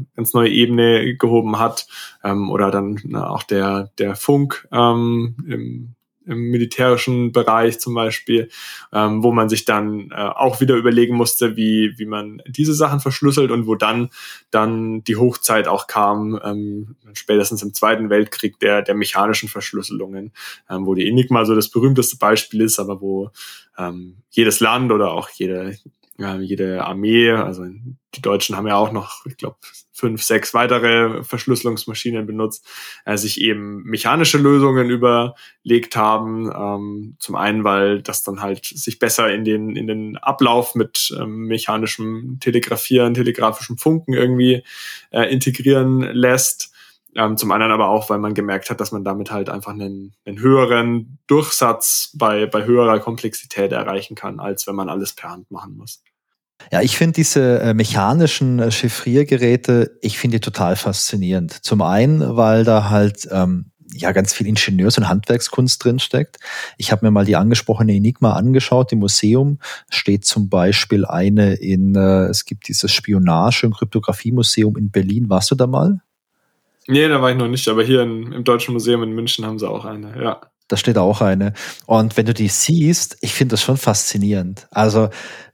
Ebene gehoben hat, oder dann auch der Funk im im militärischen Bereich zum Beispiel, wo man sich dann auch wieder überlegen musste, wie man diese Sachen verschlüsselt und wo dann die Hochzeit auch kam, spätestens im Zweiten Weltkrieg der mechanischen Verschlüsselungen, wo die Enigma so das berühmteste Beispiel ist, aber wo jedes Land oder auch jede Armee, also die Deutschen haben ja auch noch, ich glaube, 5, 6 weitere Verschlüsselungsmaschinen benutzt, sich eben mechanische Lösungen überlegt haben. Zum einen, weil das dann halt sich besser in den Ablauf mit mechanischem Telegrafieren, telegrafischem Funken irgendwie integrieren lässt. Zum anderen aber auch, weil man gemerkt hat, dass man damit halt einfach einen höheren Durchsatz bei höherer Komplexität erreichen kann, als wenn man alles per Hand machen muss. Ja, ich finde diese mechanischen Chiffriergeräte, ich finde die total faszinierend. Zum einen, weil da halt ganz viel Ingenieurs- und Handwerkskunst drinsteckt. Ich habe mir mal die angesprochene Enigma angeschaut im Museum. Steht zum Beispiel eine es gibt dieses Spionage- und Kryptographie-Museum in Berlin. Warst du da mal? Nee, da war ich noch nicht, aber hier im Deutschen Museum in München haben sie auch eine, ja. Da steht auch eine. Und wenn du die siehst, ich finde das schon faszinierend. Also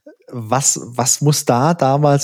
was muss da damals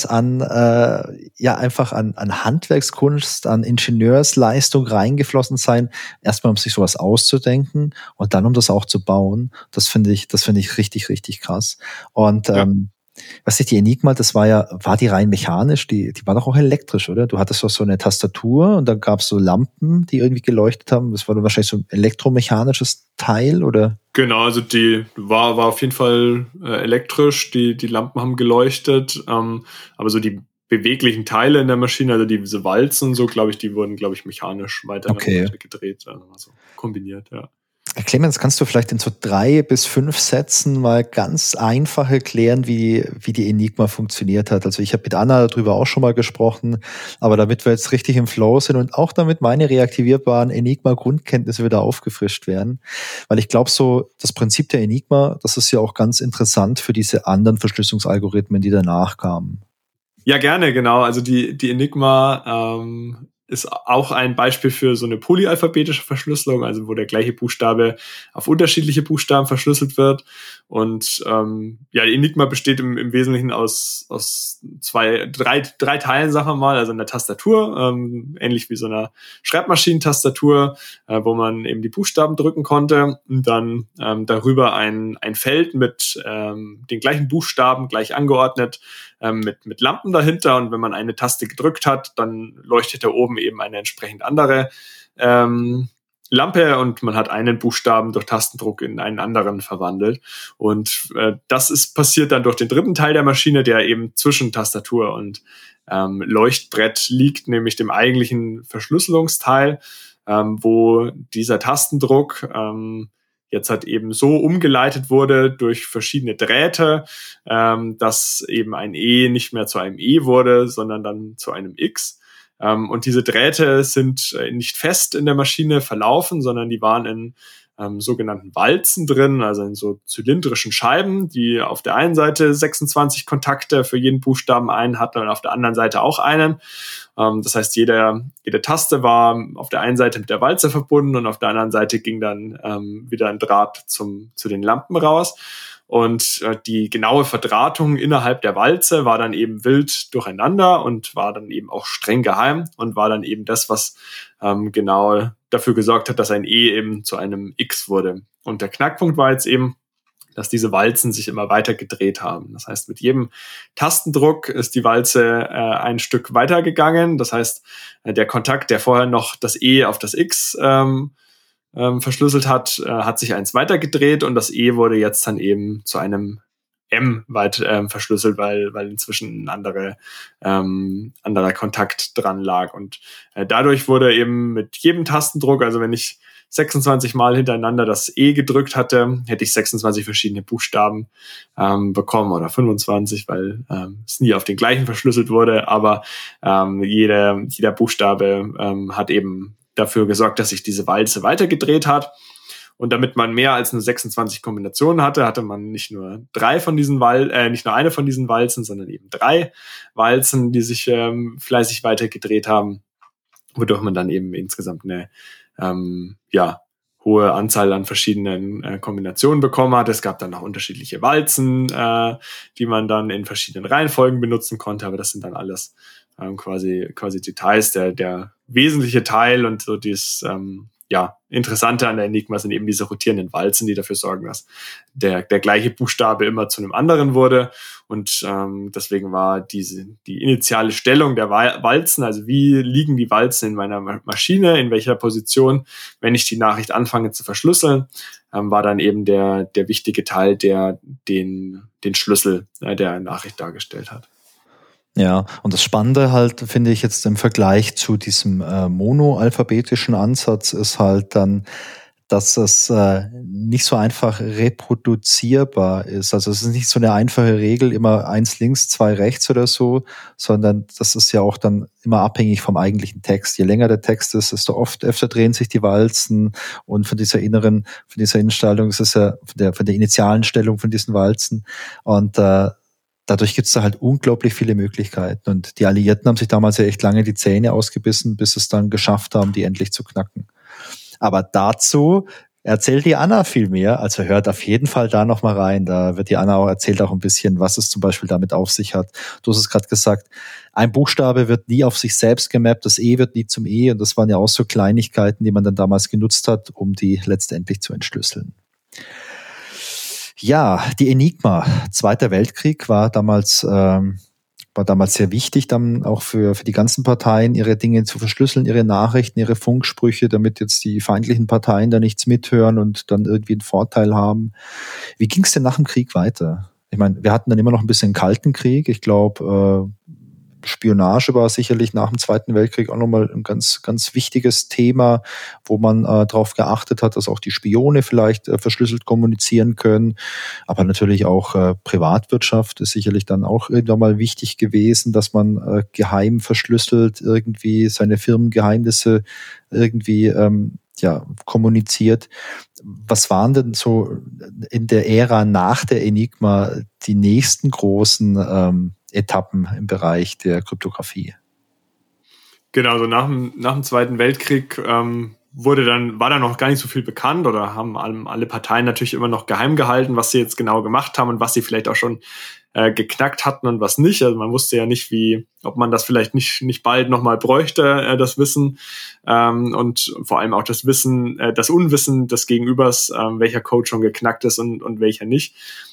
einfach an Handwerkskunst, an Ingenieursleistung reingeflossen sein, erstmal um sich sowas auszudenken und dann um das auch zu bauen. Das finde ich richtig, richtig krass. Und die Enigma, war die rein mechanisch, die war doch auch elektrisch, oder? Du hattest doch so eine Tastatur und dann gab es so Lampen, die irgendwie geleuchtet haben. Das war dann wahrscheinlich so ein elektromechanisches Teil, oder? Genau, also die war auf jeden Fall elektrisch, die Lampen haben geleuchtet, aber so die beweglichen Teile in der Maschine, also diese Walzen und so, glaube ich, die wurden, mechanisch weiter gedreht, also kombiniert, ja. Clemens, kannst du vielleicht in so 3 bis 5 Sätzen mal ganz einfach erklären, wie die Enigma funktioniert hat? Also ich habe mit Anna darüber auch schon mal gesprochen, aber damit wir jetzt richtig im Flow sind und auch damit meine reaktivierbaren Enigma-Grundkenntnisse wieder aufgefrischt werden, weil ich glaube so, das Prinzip der Enigma, das ist ja auch ganz interessant für diese anderen Verschlüsselungsalgorithmen, die danach kamen. Ja, gerne, genau. Also die Enigma ist auch ein Beispiel für so eine polyalphabetische Verschlüsselung, also wo der gleiche Buchstabe auf unterschiedliche Buchstaben verschlüsselt wird. Und die Enigma besteht im Wesentlichen aus drei Teilen, sagen wir mal, also einer Tastatur, ähnlich wie so einer Schreibmaschinentastatur, wo man eben die Buchstaben drücken konnte und dann darüber ein Feld mit den gleichen Buchstaben gleich angeordnet, mit Lampen dahinter, und wenn man eine Taste gedrückt hat, dann leuchtet da oben eben eine entsprechend andere Lampe und man hat einen Buchstaben durch Tastendruck in einen anderen verwandelt. Und das passiert dann durch den dritten Teil der Maschine, der eben zwischen Tastatur und Leuchtbrett liegt, nämlich dem eigentlichen Verschlüsselungsteil, wo dieser Tastendruck jetzt halt eben so umgeleitet wurde durch verschiedene Drähte, dass eben ein E nicht mehr zu einem E wurde, sondern dann zu einem X. Und diese Drähte sind nicht fest in der Maschine verlaufen, sondern die waren in sogenannten Walzen drin, also in so zylindrischen Scheiben, die auf der einen Seite 26 Kontakte für jeden Buchstaben einen hatten und auf der anderen Seite auch einen. Das heißt, jede Taste war auf der einen Seite mit der Walze verbunden und auf der anderen Seite ging dann wieder ein Draht zu den Lampen raus. Und die genaue Verdrahtung innerhalb der Walze war dann eben wild durcheinander und war dann eben auch streng geheim und war dann eben das, was genau dafür gesorgt hat, dass ein E eben zu einem X wurde. Und der Knackpunkt war jetzt eben, dass diese Walzen sich immer weiter gedreht haben. Das heißt, mit jedem Tastendruck ist die Walze ein Stück weitergegangen. Das heißt, der Kontakt, der vorher noch das E auf das X verschlüsselt hat sich eins weitergedreht und das E wurde jetzt dann eben zu einem M weit verschlüsselt, weil inzwischen ein anderer Kontakt dran lag. Und dadurch wurde eben mit jedem Tastendruck, also wenn ich 26 Mal hintereinander das E gedrückt hatte, hätte ich 26 verschiedene Buchstaben bekommen oder 25, weil es nie auf den gleichen verschlüsselt wurde, aber jeder Buchstabe hat eben dafür gesorgt, dass sich diese Walze weitergedreht hat. Und damit man mehr als nur 26 Kombinationen hatte man nicht nur nicht nur eine von diesen Walzen, sondern eben 3 Walzen, die sich fleißig weitergedreht haben, wodurch man dann eben insgesamt eine hohe Anzahl an verschiedenen Kombinationen bekommen hat. Es gab dann noch unterschiedliche Walzen, die man dann in verschiedenen Reihenfolgen benutzen konnte, aber das sind dann alles quasi Details. Der wesentliche Teil und so dieses Interessante an der Enigma sind eben diese rotierenden Walzen, die dafür sorgen, dass der gleiche Buchstabe immer zu einem anderen wurde. Und deswegen war die initiale Stellung der Walzen, also wie liegen die Walzen in meiner Maschine, in welcher Position, wenn ich die Nachricht anfange zu verschlüsseln, war dann eben der wichtige Teil, der den Schlüssel der Nachricht dargestellt hat. Ja, und das Spannende halt, finde ich jetzt im Vergleich zu diesem monoalphabetischen Ansatz ist halt dann, dass es nicht so einfach reproduzierbar ist. Also es ist nicht so eine einfache Regel, immer 1 links, 2 rechts oder so, sondern das ist ja auch dann immer abhängig vom eigentlichen Text. Je länger der Text ist, desto öfter drehen sich die Walzen, und von dieser Innenstellung, das ist ja von der initialen Stellung von diesen Walzen, und dadurch gibt es da halt unglaublich viele Möglichkeiten. Und die Alliierten haben sich damals ja echt lange die Zähne ausgebissen, bis es dann geschafft haben, die endlich zu knacken. Aber dazu erzählt die Anna viel mehr. Also hört auf jeden Fall da nochmal rein. Da wird die Anna auch erzählt auch ein bisschen, was es zum Beispiel damit auf sich hat. Du hast es gerade gesagt, ein Buchstabe wird nie auf sich selbst gemappt, das E wird nie zum E. Und das waren ja auch so Kleinigkeiten, die man dann damals genutzt hat, um die letztendlich zu entschlüsseln. Ja, die Enigma, Zweiter Weltkrieg, war damals sehr wichtig, dann auch für die ganzen Parteien, ihre Dinge zu verschlüsseln, ihre Nachrichten, ihre Funksprüche, damit jetzt die feindlichen Parteien da nichts mithören und dann irgendwie einen Vorteil haben. Wie ging es denn nach dem Krieg weiter? Ich meine, wir hatten dann immer noch ein bisschen Kalten Krieg. Ich glaube, Spionage war sicherlich nach dem Zweiten Weltkrieg auch nochmal ein ganz, ganz wichtiges Thema, wo man darauf geachtet hat, dass auch die Spione vielleicht verschlüsselt kommunizieren können. Aber natürlich auch Privatwirtschaft ist sicherlich dann auch irgendwann mal wichtig gewesen, dass man geheim verschlüsselt irgendwie seine Firmengeheimnisse irgendwie kommuniziert. Was waren denn so in der Ära nach der Enigma die nächsten großen Etappen im Bereich der Kryptographie? Genau, also nach dem Zweiten Weltkrieg war da noch gar nicht so viel bekannt, oder haben alle Parteien natürlich immer noch geheim gehalten, was sie jetzt genau gemacht haben und was sie vielleicht auch schon geknackt hatten und was nicht. Also man wusste ja nicht, ob man das vielleicht nicht bald nochmal bräuchte, das Wissen, und vor allem auch das Wissen, das Unwissen des Gegenübers, welcher Code schon geknackt ist und welcher nicht.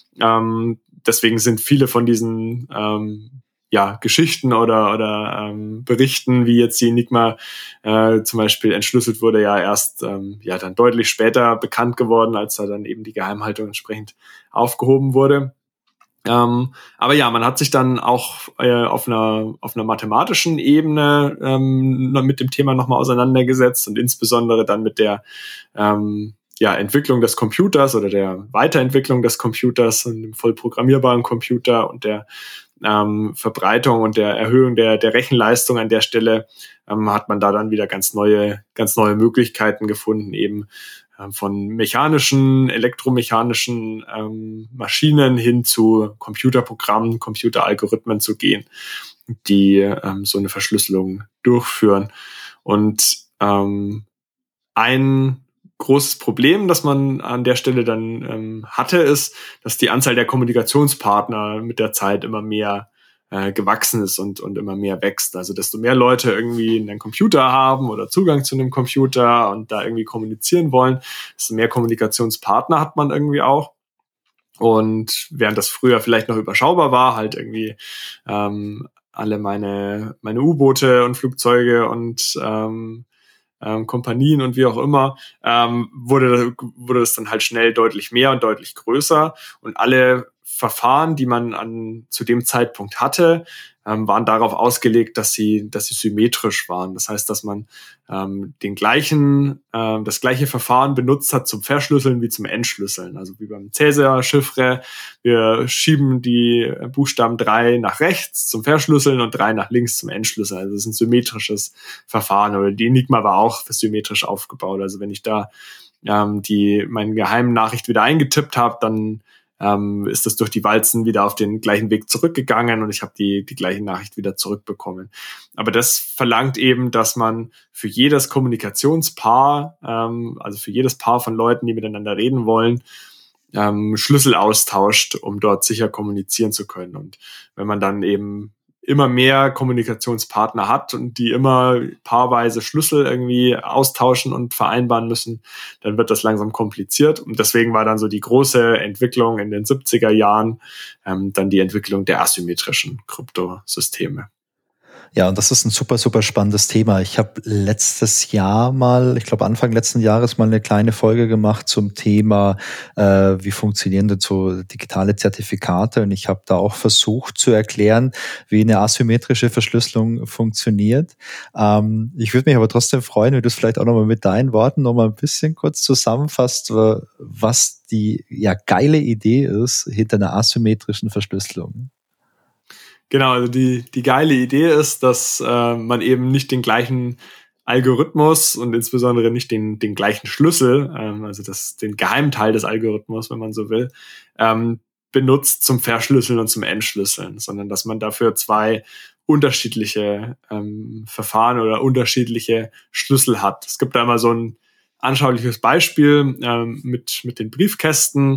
Deswegen sind viele von diesen Geschichten oder Berichten, wie jetzt die Enigma zum Beispiel entschlüsselt wurde, ja erst dann deutlich später bekannt geworden, als da dann eben die Geheimhaltung entsprechend aufgehoben wurde. Aber ja, man hat sich dann auch auf einer mathematischen Ebene mit dem Thema nochmal auseinandergesetzt und insbesondere dann mit der Entwicklung des Computers oder der Weiterentwicklung des Computers und dem voll programmierbaren Computer und der Verbreitung und der Erhöhung der Rechenleistung an der Stelle hat man da dann wieder ganz neue Möglichkeiten gefunden, eben von mechanischen, elektromechanischen Maschinen hin zu Computerprogrammen, Computeralgorithmen zu gehen, die so eine Verschlüsselung durchführen. Und ein großes Problem, das man an der Stelle dann hatte, ist, dass die Anzahl der Kommunikationspartner mit der Zeit immer mehr gewachsen ist und immer mehr wächst. Also desto mehr Leute irgendwie einen Computer haben oder Zugang zu einem Computer und da irgendwie kommunizieren wollen, desto mehr Kommunikationspartner hat man irgendwie auch. Und während das früher vielleicht noch überschaubar war, halt irgendwie alle meine U-Boote und Flugzeuge und Kompanien und wie auch immer, wurde das dann halt schnell deutlich mehr und deutlich größer. Und alle Verfahren, die man zu dem Zeitpunkt hatte, waren darauf ausgelegt, dass sie symmetrisch waren. Das heißt, dass man das gleiche Verfahren benutzt hat zum Verschlüsseln wie zum Entschlüsseln. Also wie beim Cäsar-Chiffre. Wir schieben die Buchstaben 3 nach rechts zum Verschlüsseln und 3 nach links zum Entschlüsseln. Also das ist ein symmetrisches Verfahren. Oder die Enigma war auch symmetrisch aufgebaut. Also wenn ich da meine geheimen Nachricht wieder eingetippt habe, dann ist das durch die Walzen wieder auf den gleichen Weg zurückgegangen und ich habe die gleiche Nachricht wieder zurückbekommen. Aber das verlangt eben, dass man für jedes Kommunikationspaar, also für jedes Paar von Leuten, die miteinander reden wollen, Schlüssel austauscht, um dort sicher kommunizieren zu können. Und wenn man dann eben immer mehr Kommunikationspartner hat und die immer paarweise Schlüssel irgendwie austauschen und vereinbaren müssen, dann wird das langsam kompliziert. Und deswegen war dann so die große Entwicklung in den 70er Jahren dann die Entwicklung der asymmetrischen Kryptosysteme. Ja, und das ist ein super, super spannendes Thema. Ich habe letztes Jahr mal, ich glaube Anfang letzten Jahres mal eine kleine Folge gemacht zum Thema, wie funktionieren denn so digitale Zertifikate? Und ich habe da auch versucht zu erklären, wie eine asymmetrische Verschlüsselung funktioniert. Ich würde mich aber trotzdem freuen, wenn du es vielleicht auch nochmal mit deinen Worten nochmal ein bisschen kurz zusammenfasst, was die geile Idee ist hinter einer asymmetrischen Verschlüsselung. Genau, also die geile Idee ist, dass man eben nicht den gleichen Algorithmus und insbesondere nicht den gleichen Schlüssel, also den Geheimteil des Algorithmus, wenn man so will, benutzt zum Verschlüsseln und zum Entschlüsseln, sondern dass man dafür zwei unterschiedliche Verfahren oder unterschiedliche Schlüssel hat. Es gibt da immer so ein anschauliches Beispiel mit den Briefkästen.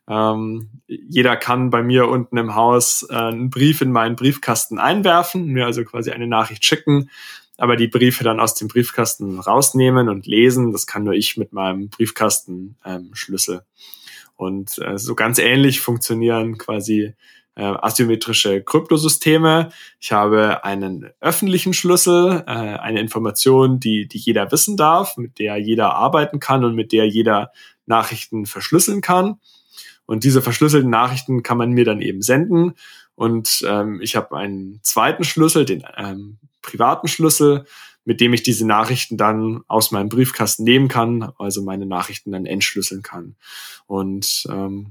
Jeder kann bei mir unten im Haus einen Brief in meinen Briefkasten einwerfen, mir also quasi eine Nachricht schicken, aber die Briefe dann aus dem Briefkasten rausnehmen und lesen, das kann nur ich mit meinem Briefkastenschlüssel. Und so ganz ähnlich funktionieren quasi asymmetrische Kryptosysteme. Ich habe einen öffentlichen Schlüssel, eine Information, die jeder wissen darf, mit der jeder arbeiten kann und mit der jeder Nachrichten verschlüsseln kann. Und diese verschlüsselten Nachrichten kann man mir dann eben senden. Und ich habe einen zweiten Schlüssel, den privaten Schlüssel, mit dem ich diese Nachrichten dann aus meinem Briefkasten nehmen kann, also meine Nachrichten dann entschlüsseln kann. Und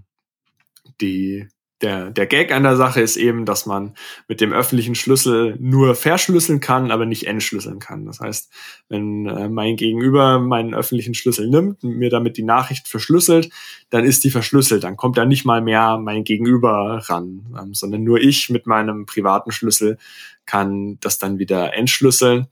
der Gag an der Sache ist eben, dass man mit dem öffentlichen Schlüssel nur verschlüsseln kann, aber nicht entschlüsseln kann. Das heißt, wenn mein Gegenüber meinen öffentlichen Schlüssel nimmt und mir damit die Nachricht verschlüsselt, dann ist die verschlüsselt. Dann kommt da nicht mal mehr mein Gegenüber ran, sondern nur ich mit meinem privaten Schlüssel kann das dann wieder entschlüsseln.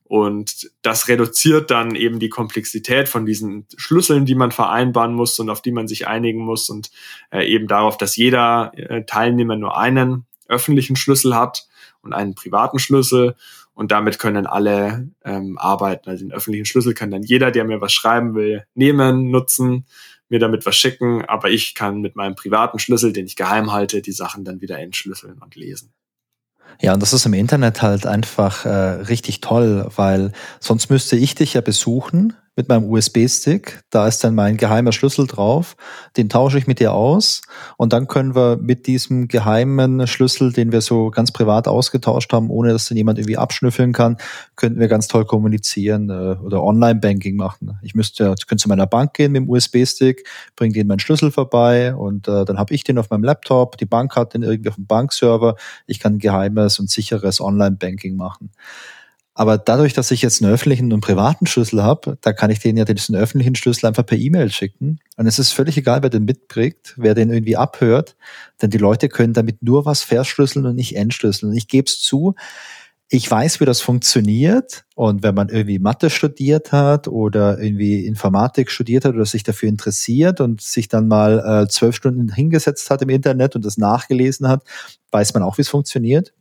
Und das reduziert dann eben die Komplexität von diesen Schlüsseln, die man vereinbaren muss und auf die man sich einigen muss und eben darauf, dass jeder Teilnehmer nur einen öffentlichen Schlüssel hat und einen privaten Schlüssel und damit können alle arbeiten. Also den öffentlichen Schlüssel kann dann jeder, der mir was schreiben will, nehmen, nutzen, mir damit was schicken, aber ich kann mit meinem privaten Schlüssel, den ich geheim halte, die Sachen dann wieder entschlüsseln und lesen. Ja, und das ist im Internet halt einfach richtig toll, weil sonst müsste ich dich ja besuchen mit meinem USB-Stick. Da ist dann mein geheimer Schlüssel drauf. Den tausche ich mit dir aus und dann können wir mit diesem geheimen Schlüssel, den wir so ganz privat ausgetauscht haben, ohne dass dann jemand irgendwie abschnüffeln kann, könnten wir ganz toll kommunizieren oder Online-Banking machen. Ich könnte zu meiner Bank gehen mit dem USB-Stick, bringe denen meinen Schlüssel vorbei und dann habe ich den auf meinem Laptop, die Bank hat den irgendwie auf dem Bankserver. Ich kann geheimes und sicheres Online-Banking machen. Aber dadurch, dass ich jetzt einen öffentlichen und einen privaten Schlüssel habe, da kann ich denen ja diesen öffentlichen Schlüssel einfach per E-Mail schicken. Und es ist völlig egal, wer den mitkriegt, wer den irgendwie abhört, denn die Leute können damit nur was verschlüsseln und nicht entschlüsseln. Und ich gebe es zu, ich weiß, wie das funktioniert. Und wenn man irgendwie Mathe studiert hat oder irgendwie Informatik studiert hat oder sich dafür interessiert und sich dann mal 12 Stunden hingesetzt hat im Internet und das nachgelesen hat, weiß man auch, wie es funktioniert.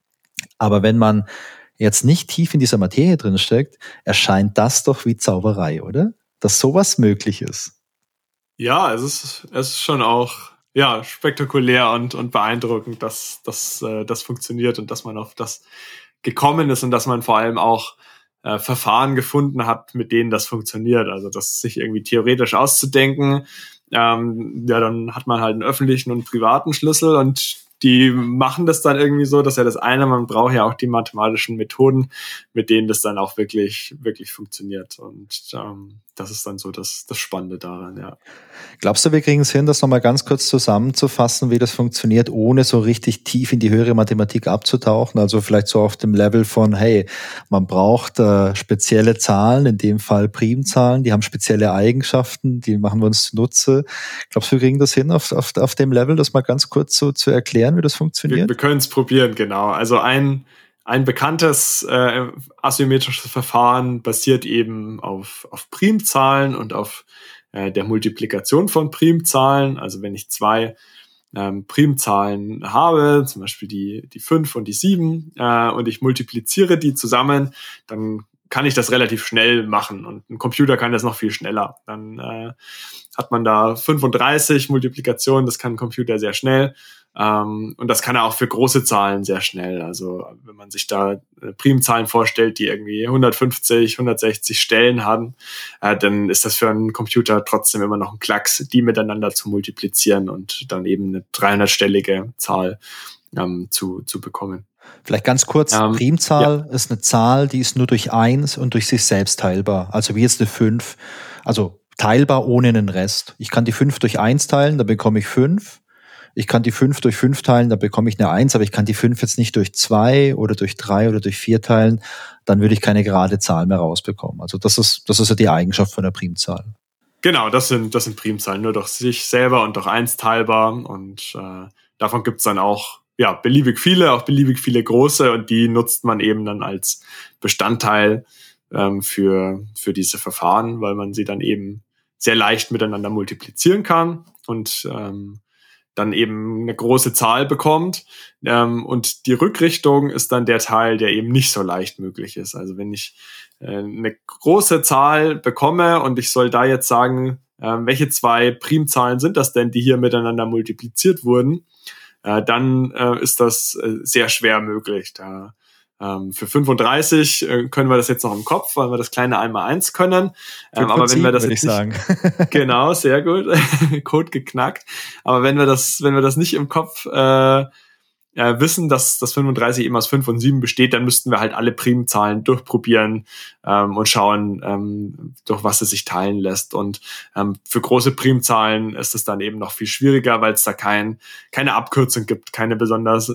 Aber wenn man jetzt nicht tief in dieser Materie drin steckt, erscheint das doch wie Zauberei, oder? Dass sowas möglich ist. Ja, es ist schon auch spektakulär und beeindruckend, dass das funktioniert und dass man auf das gekommen ist und dass man vor allem auch Verfahren gefunden hat, mit denen das funktioniert. Also das sich irgendwie theoretisch auszudenken, dann hat man halt einen öffentlichen und einen privaten Schlüssel und die machen das dann irgendwie so, dass man braucht ja auch die mathematischen Methoden, mit denen das dann auch wirklich, wirklich funktioniert. Und Das ist dann so das Spannende daran, ja. Glaubst du, wir kriegen es hin, das nochmal ganz kurz zusammenzufassen, wie das funktioniert, ohne so richtig tief in die höhere Mathematik abzutauchen? Also vielleicht so auf dem Level von, hey, man braucht spezielle Zahlen, in dem Fall Primzahlen, die haben spezielle Eigenschaften, die machen wir uns zunutze. Glaubst du, wir kriegen das hin, auf dem Level, das mal ganz kurz so zu erklären, wie das funktioniert? Wir können es probieren, genau. Also ein bekanntes asymmetrisches Verfahren basiert eben auf Primzahlen und auf der Multiplikation von Primzahlen. Also wenn ich zwei Primzahlen habe, zum Beispiel die 5 und die 7, und ich multipliziere die zusammen, dann kann ich das relativ schnell machen und ein Computer kann das noch viel schneller. Dann hat man da 35 Multiplikationen, das kann ein Computer sehr schnell. Und das kann er auch für große Zahlen sehr schnell. Also wenn man sich da Primzahlen vorstellt, die irgendwie 150, 160 Stellen haben, dann ist das für einen Computer trotzdem immer noch ein Klacks, die miteinander zu multiplizieren und dann eben eine 300-stellige Zahl zu bekommen. Vielleicht ganz kurz, Primzahl ist eine Zahl, die ist nur durch 1 und durch sich selbst teilbar. Also wie jetzt eine 5, also teilbar ohne einen Rest. Ich kann die 5 durch 1 teilen, dann bekomme ich 5. Ich kann die 5 durch 5 teilen, dann bekomme ich eine 1, aber ich kann die 5 jetzt nicht durch 2 oder durch 3 oder durch 4 teilen, dann würde ich keine gerade Zahl mehr rausbekommen. Also das ist ja die Eigenschaft von der Primzahl. Genau, das sind Primzahlen, nur durch sich selber und durch 1 teilbar und davon gibt's dann auch beliebig viele große und die nutzt man eben dann als Bestandteil für diese Verfahren, weil man sie dann eben sehr leicht miteinander multiplizieren kann und dann eben eine große Zahl bekommt. Und die Rückrichtung ist dann der Teil, der eben nicht so leicht möglich ist. Also wenn ich eine große Zahl bekomme und ich soll da jetzt sagen, welche zwei Primzahlen sind das denn, die hier miteinander multipliziert wurden, dann ist das sehr schwer möglich. Für 35 können wir das jetzt noch im Kopf, weil wir das kleine 1x1 können. Aber wenn wir das jetzt nicht, genau, sehr gut, Code geknackt. Aber wenn wir das nicht im Kopf wissen, dass das 35 eben aus 5 und 7 besteht, dann müssten wir halt alle Primzahlen durchprobieren und schauen, durch was es sich teilen lässt. Und für große Primzahlen ist es dann eben noch viel schwieriger, weil es da keine Abkürzung gibt, keine besonders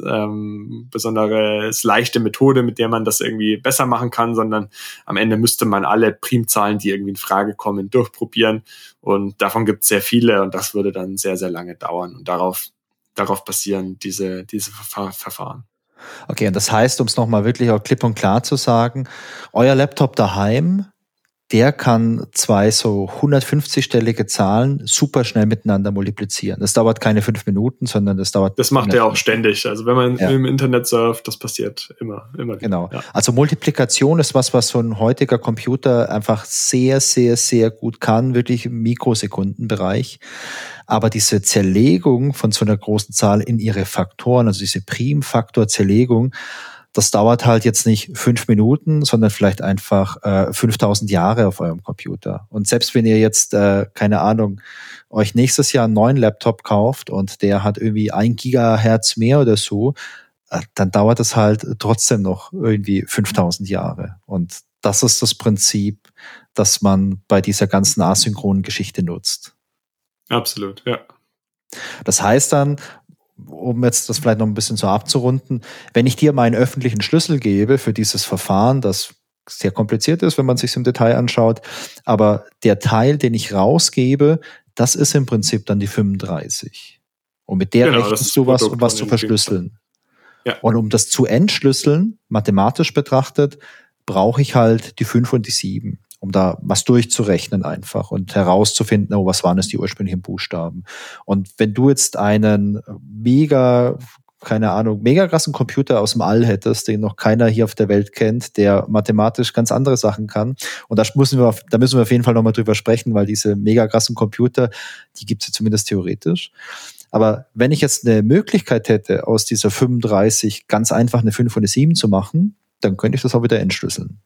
leichte Methode, mit der man das irgendwie besser machen kann, sondern am Ende müsste man alle Primzahlen, die irgendwie in Frage kommen, durchprobieren. Und davon gibt es sehr viele und das würde dann sehr, sehr lange dauern. Und darauf basieren diese Verfahren. Okay, und das heißt, um es nochmal wirklich auch klipp und klar zu sagen, euer Laptop daheim, der kann zwei so 150-stellige Zahlen super schnell miteinander multiplizieren. Das dauert keine 5 Minuten, sondern das dauert... Das macht er auch ständig. Also wenn man im Internet surft, das passiert immer. Genau. Ja. Also Multiplikation ist was so ein heutiger Computer einfach sehr, sehr, sehr gut kann, wirklich im Mikrosekundenbereich. Aber diese Zerlegung von so einer großen Zahl in ihre Faktoren, also diese Primfaktorzerlegung, das dauert halt jetzt nicht 5 Minuten, sondern vielleicht einfach 5000 Jahre auf eurem Computer. Und selbst wenn ihr jetzt, keine Ahnung, euch nächstes Jahr einen neuen Laptop kauft und der hat irgendwie 1 Gigahertz mehr oder so, dann dauert es halt trotzdem noch irgendwie 5000 Jahre. Und das ist das Prinzip, das man bei dieser ganzen asynchronen Geschichte nutzt. Absolut, ja. Das heißt dann, um jetzt das vielleicht noch ein bisschen so abzurunden, wenn ich dir meinen öffentlichen Schlüssel gebe für dieses Verfahren, das sehr kompliziert ist, wenn man sich im Detail anschaut, aber der Teil, den ich rausgebe, das ist im Prinzip dann die 35. Und mit der rechnest du was, um was zu verschlüsseln. Ja. Und um das zu entschlüsseln, mathematisch betrachtet, brauche ich halt die 5 und die 7. Um da was durchzurechnen einfach und herauszufinden, was waren es die ursprünglichen Buchstaben. Und wenn du jetzt einen mega krassen Computer aus dem All hättest, den noch keiner hier auf der Welt kennt, der mathematisch ganz andere Sachen kann. Und da müssen wir auf jeden Fall nochmal drüber sprechen, weil diese mega krassen Computer, die gibt es ja zumindest theoretisch. Aber wenn ich jetzt eine Möglichkeit hätte, aus dieser 35 ganz einfach eine 5 und eine 7 zu machen, dann könnte ich das auch wieder entschlüsseln.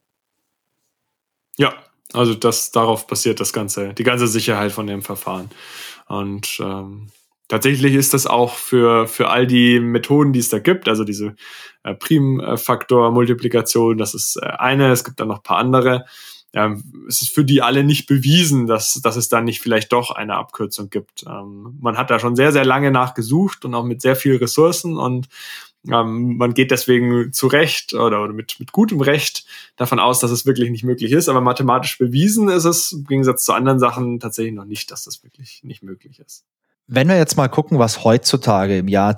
Ja, also darauf basiert die ganze Sicherheit von dem Verfahren. Und tatsächlich ist das auch für all die Methoden, die es da gibt, also diese Primfaktor-Multiplikation, das ist eine, es gibt dann noch ein paar andere, es ist für die alle nicht bewiesen, dass es dann nicht vielleicht doch eine Abkürzung gibt. Man hat da schon sehr, sehr lange nachgesucht und auch mit sehr viel Ressourcen und man geht deswegen zu Recht oder mit gutem Recht davon aus, dass es wirklich nicht möglich ist. Aber mathematisch bewiesen ist es im Gegensatz zu anderen Sachen tatsächlich noch nicht, dass das wirklich nicht möglich ist. Wenn wir jetzt mal gucken, was heutzutage im Jahr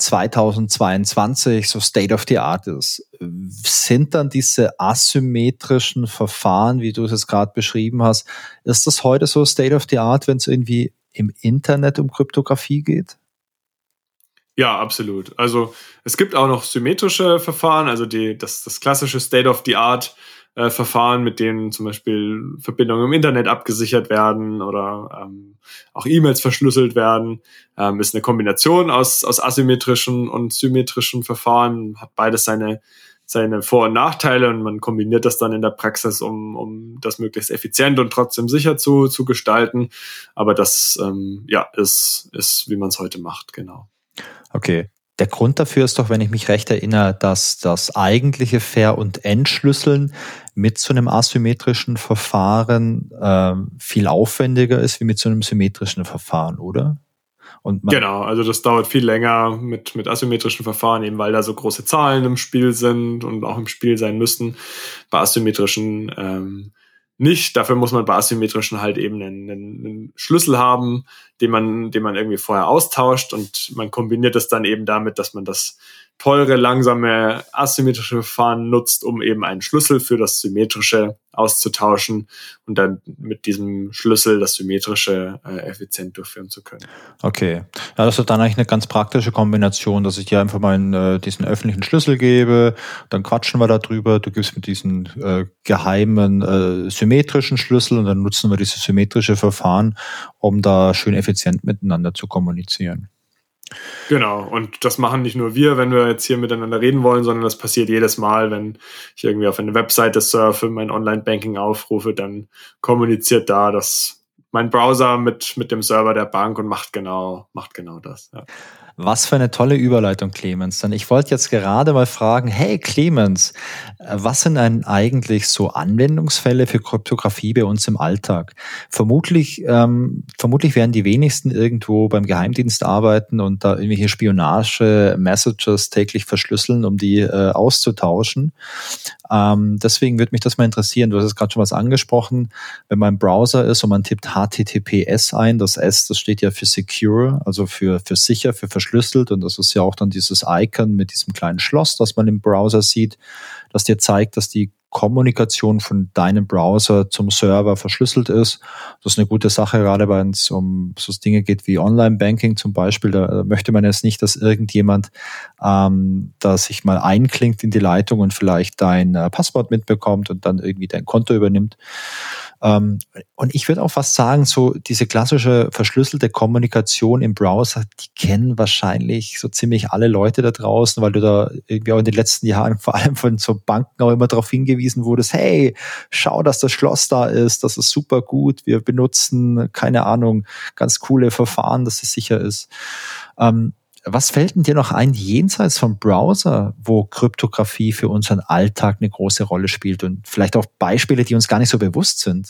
2022 so State of the Art ist, sind dann diese asymmetrischen Verfahren, wie du es jetzt gerade beschrieben hast, ist das heute so State of the Art, wenn es irgendwie im Internet um Kryptographie geht? Ja, absolut. Also es gibt auch noch symmetrische Verfahren, also das klassische State-of-the-Art-Verfahren, mit denen zum Beispiel Verbindungen im Internet abgesichert werden oder auch E-Mails verschlüsselt werden, ist eine Kombination aus asymmetrischen und symmetrischen Verfahren, hat beides seine Vor- und Nachteile und man kombiniert das dann in der Praxis, um das möglichst effizient und trotzdem sicher zu gestalten. Aber das ist, wie man es heute macht, genau. Okay. Der Grund dafür ist doch, wenn ich mich recht erinnere, dass das eigentliche Ver- und Entschlüsseln mit so einem asymmetrischen Verfahren viel aufwendiger ist wie mit so einem symmetrischen Verfahren, oder? Genau, also das dauert viel länger mit asymmetrischen Verfahren, eben weil da so große Zahlen im Spiel sind und auch im Spiel sein müssen. Bei asymmetrischen nicht. Dafür muss man bei asymmetrischen halt eben einen Schlüssel haben, den man irgendwie vorher austauscht und man kombiniert das dann eben damit, dass man das teure, langsame asymmetrische Verfahren nutzt, um eben einen Schlüssel für das symmetrische auszutauschen und dann mit diesem Schlüssel das symmetrische effizient durchführen zu können. Okay. Ja, das ist dann eigentlich eine ganz praktische Kombination, dass ich dir einfach mal diesen öffentlichen Schlüssel gebe, dann quatschen wir darüber, du gibst mir diesen geheimen symmetrischen Schlüssel und dann nutzen wir dieses symmetrische Verfahren, um da schön effizient miteinander zu kommunizieren. Genau, und das machen nicht nur wir, wenn wir jetzt hier miteinander reden wollen, sondern das passiert jedes Mal, wenn ich irgendwie auf eine Webseite surfe, mein Online-Banking aufrufe, dann kommuniziert da mein Browser mit dem Server der Bank und macht genau das. Ja. Was für eine tolle Überleitung, Clemens. Denn ich wollte jetzt gerade mal fragen, hey Clemens, was sind denn eigentlich so Anwendungsfälle für Kryptographie bei uns im Alltag? Vermutlich werden die wenigsten irgendwo beim Geheimdienst arbeiten und da irgendwelche Spionage-Messages täglich verschlüsseln, um die auszutauschen. Deswegen würde mich das mal interessieren. Du hast jetzt gerade schon was angesprochen. Wenn man im Browser ist und man tippt HTTPS ein, das S, das steht ja für Secure, also für sicher, für verschlüsselt. Und das ist ja auch dann dieses Icon mit diesem kleinen Schloss, das man im Browser sieht, das dir zeigt, dass die Kommunikation von deinem Browser zum Server verschlüsselt ist. Das ist eine gute Sache, gerade wenn es um so Dinge geht wie Online-Banking zum Beispiel. Da möchte man jetzt nicht, dass irgendjemand da sich mal einklingt in die Leitung und vielleicht dein Passwort mitbekommt und dann irgendwie dein Konto übernimmt. Und ich würde auch fast sagen, so diese klassische verschlüsselte Kommunikation im Browser, die kennen wahrscheinlich so ziemlich alle Leute da draußen, weil du da irgendwie auch in den letzten Jahren vor allem von so Banken auch immer darauf hingewiesen wurdest, hey, schau, dass das Schloss da ist, das ist super gut, wir benutzen, keine Ahnung, ganz coole Verfahren, dass es sicher ist. Was fällt denn dir noch ein, jenseits vom Browser, wo Kryptographie für unseren Alltag eine große Rolle spielt und vielleicht auch Beispiele, die uns gar nicht so bewusst sind?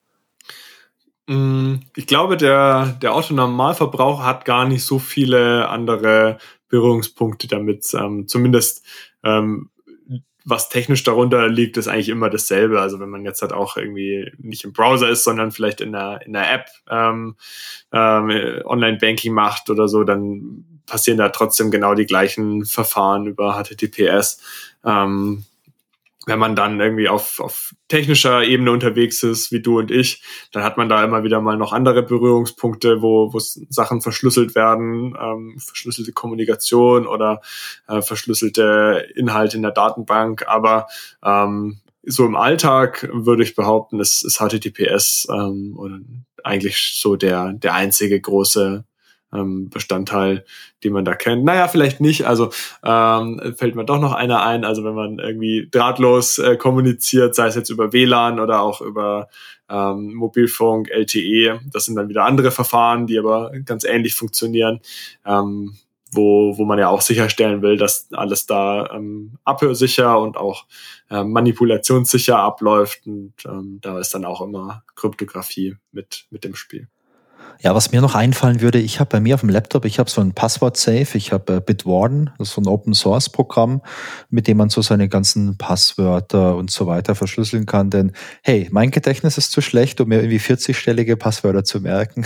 Ich glaube, der Otto-Normalverbraucher hat gar nicht so viele andere Berührungspunkte damit. Zumindest was technisch darunter liegt, ist eigentlich immer dasselbe. Also wenn man jetzt halt auch irgendwie nicht im Browser ist, sondern vielleicht in der App Online-Banking macht oder so, dann passieren da trotzdem genau die gleichen Verfahren über HTTPS. Wenn man dann irgendwie auf technischer Ebene unterwegs ist, wie du und ich, dann hat man da immer wieder mal noch andere Berührungspunkte, wo Sachen verschlüsselt werden, verschlüsselte Kommunikation oder verschlüsselte Inhalte in der Datenbank. Aber so im Alltag würde ich behaupten, ist HTTPS oder eigentlich so der einzige große Bestandteil, den man da kennt. Naja, vielleicht nicht. Also fällt mir doch noch einer ein. Also wenn man irgendwie drahtlos kommuniziert, sei es jetzt über WLAN oder auch über Mobilfunk, LTE, das sind dann wieder andere Verfahren, die aber ganz ähnlich funktionieren. wo man ja auch sicherstellen will, dass alles da abhörsicher und auch manipulationssicher abläuft. Und da ist dann auch immer Kryptographie mit dem Spiel. Ja, was mir noch einfallen würde, ich habe bei mir auf dem Laptop, ich habe so ein Passwort-Safe, ich habe Bitwarden, das ist so ein Open-Source-Programm, mit dem man so seine ganzen Passwörter und so weiter verschlüsseln kann. Denn, hey, mein Gedächtnis ist zu schlecht, um mir irgendwie 40-stellige Passwörter zu merken.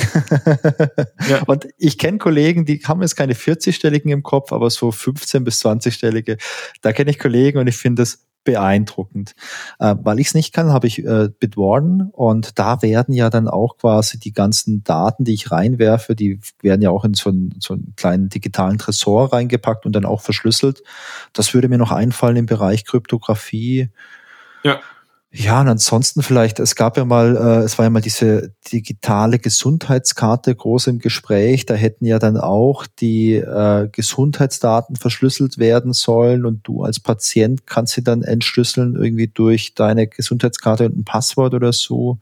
Ja. Und ich kenne Kollegen, die haben jetzt keine 40-stelligen im Kopf, aber so 15- bis 20-stellige. Da kenne ich Kollegen und ich finde das beeindruckend. Weil ich es nicht kann, habe ich Bitwarden und da werden ja dann auch quasi die ganzen Daten, die ich reinwerfe, die werden ja auch in so einen kleinen digitalen Tresor reingepackt und dann auch verschlüsselt. Das würde mir noch einfallen im Bereich Kryptographie. Ja. Ja, und ansonsten vielleicht, es war ja mal diese digitale Gesundheitskarte groß im Gespräch, da hätten ja dann auch die Gesundheitsdaten verschlüsselt werden sollen und du als Patient kannst sie dann entschlüsseln irgendwie durch deine Gesundheitskarte und ein Passwort oder so.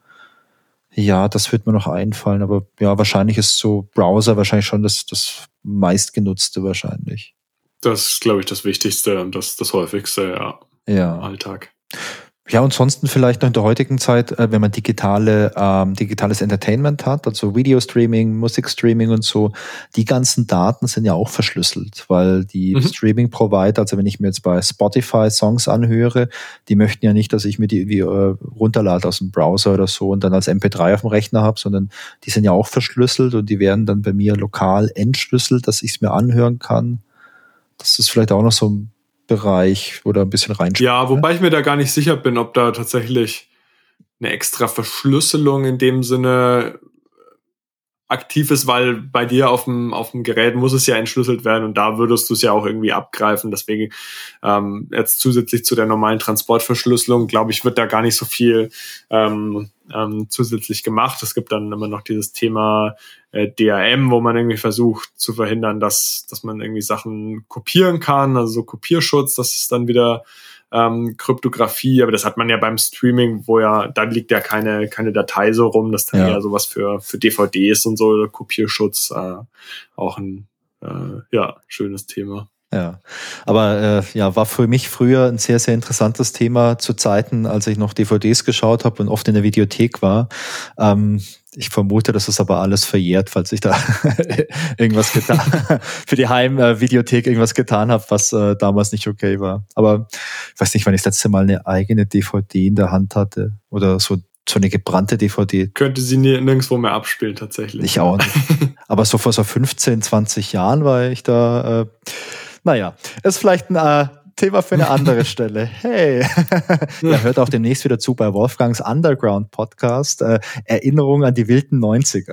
Ja, das wird mir noch einfallen, aber ja, wahrscheinlich ist so Browser wahrscheinlich schon das meistgenutzte wahrscheinlich. Das ist, glaube ich, das Wichtigste und das häufigste, ja. Im Alltag. Ja, und ansonsten vielleicht noch in der heutigen Zeit, wenn man digitales Entertainment hat, also Videostreaming, Musikstreaming und so, die ganzen Daten sind ja auch verschlüsselt, weil die Streaming-Provider, also wenn ich mir jetzt bei Spotify Songs anhöre, die möchten ja nicht, dass ich mir die irgendwie runterlade aus dem Browser oder so und dann als MP3 auf dem Rechner habe, sondern die sind ja auch verschlüsselt und die werden dann bei mir lokal entschlüsselt, dass ich es mir anhören kann. Das ist vielleicht auch noch so ein Bereich oder ein bisschen reinspielt. Ja, wobei ich mir da gar nicht sicher bin, ob da tatsächlich eine extra Verschlüsselung in dem Sinne aktiv ist, weil bei dir auf dem Gerät muss es ja entschlüsselt werden und da würdest du es ja auch irgendwie abgreifen. Deswegen jetzt zusätzlich zu der normalen Transportverschlüsselung, glaube ich, wird da gar nicht so viel zusätzlich gemacht. Es gibt dann immer noch dieses Thema DRM, wo man irgendwie versucht zu verhindern, dass man irgendwie Sachen kopieren kann, also so Kopierschutz, das ist dann wieder Kryptographie, aber das hat man ja beim Streaming, da liegt ja keine Datei so rum, das ist dann eher sowas für DVDs und so, Kopierschutz, auch ein schönes Thema. Ja, aber war für mich früher ein sehr, sehr interessantes Thema zu Zeiten, als ich noch DVDs geschaut habe und oft in der Videothek war. Ich vermute, das ist aber alles verjährt, falls ich da irgendwas für die Heimvideothek irgendwas getan habe, was damals nicht okay war. Aber ich weiß nicht, wann ich das letzte Mal eine eigene DVD in der Hand hatte oder so eine gebrannte DVD. Könnte sie nirgendwo mehr abspielen, tatsächlich. Ich auch nicht. Aber so vor so 15, 20 Jahren war ich da... Naja, ist vielleicht ein Thema für eine andere Stelle. Hey, hört auch demnächst wieder zu bei Wolfgangs Underground Podcast. Erinnerung an die wilden 90er.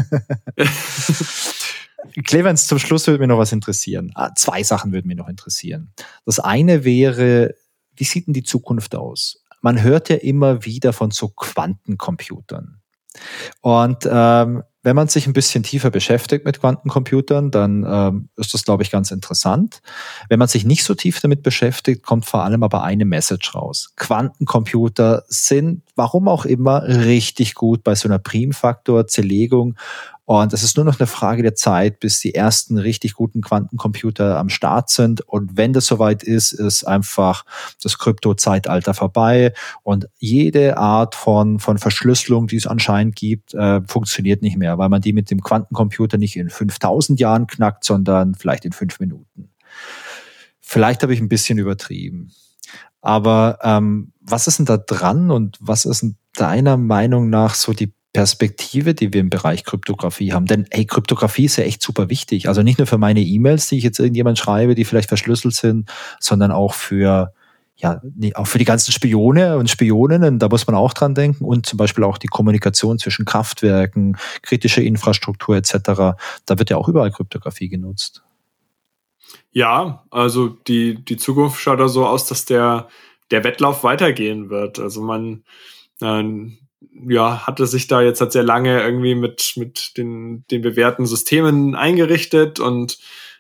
Clemens, zum Schluss würde mich noch was interessieren. 2 Sachen würden mich noch interessieren. Das eine wäre, wie sieht denn die Zukunft aus? Man hört ja immer wieder von so Quantencomputern. Und wenn man sich ein bisschen tiefer beschäftigt mit Quantencomputern, dann ist das, glaube ich, ganz interessant. Wenn man sich nicht so tief damit beschäftigt, kommt vor allem aber eine Message raus. Quantencomputer sind, warum auch immer, richtig gut bei so einer Primfaktorzerlegung. Und es ist nur noch eine Frage der Zeit, bis die ersten richtig guten Quantencomputer am Start sind. Und wenn das soweit ist einfach das Krypto-Zeitalter vorbei. Und jede Art von Verschlüsselung, die es anscheinend gibt, funktioniert nicht mehr, weil man die mit dem Quantencomputer nicht in 5000 Jahren knackt, sondern vielleicht in 5 Minuten. Vielleicht habe ich ein bisschen übertrieben. Aber was ist denn da dran und was ist denn deiner Meinung nach so die Perspektive, die wir im Bereich Kryptographie haben? Denn Kryptographie ist ja echt super wichtig. Also nicht nur für meine E-Mails, die ich jetzt irgendjemand schreibe, die vielleicht verschlüsselt sind, sondern auch für die ganzen Spione und Spioninnen, da muss man auch dran denken, und zum Beispiel auch die Kommunikation zwischen Kraftwerken, kritische Infrastruktur etc. Da wird ja auch überall Kryptographie genutzt. Ja, also die Zukunft schaut da so aus, dass der Wettlauf weitergehen wird. Also man hatte sich da jetzt sehr lange irgendwie mit den bewährten Systemen eingerichtet und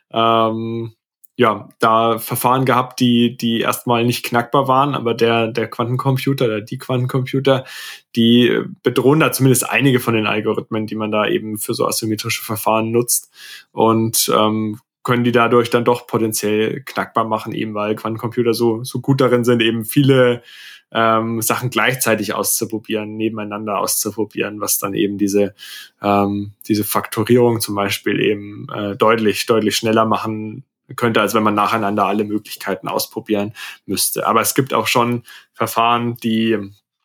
da Verfahren gehabt, die erstmal nicht knackbar waren, aber der Quantencomputer oder die Quantencomputer, die bedrohen da zumindest einige von den Algorithmen, die man da eben für so asymmetrische Verfahren nutzt. Und können die dadurch dann doch potenziell knackbar machen, eben weil Quantencomputer so gut darin sind, eben viele Sachen gleichzeitig auszuprobieren, nebeneinander auszuprobieren, was dann eben diese Faktorierung zum Beispiel eben deutlich schneller machen könnte, als wenn man nacheinander alle Möglichkeiten ausprobieren müsste. Aber es gibt auch schon Verfahren, die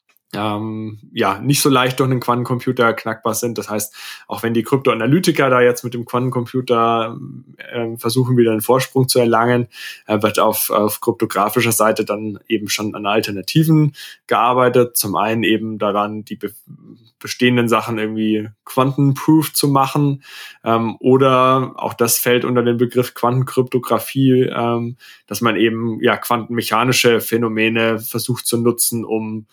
nicht so leicht durch einen Quantencomputer knackbar sind. Das heißt, auch wenn die Kryptoanalytiker da jetzt mit dem Quantencomputer versuchen, wieder einen Vorsprung zu erlangen, wird auf kryptografischer Seite dann eben schon an Alternativen gearbeitet. Zum einen eben daran, die bestehenden Sachen irgendwie quantenproof zu machen, oder auch das fällt unter den Begriff Quantenkryptographie, dass man eben quantenmechanische Phänomene versucht zu nutzen, um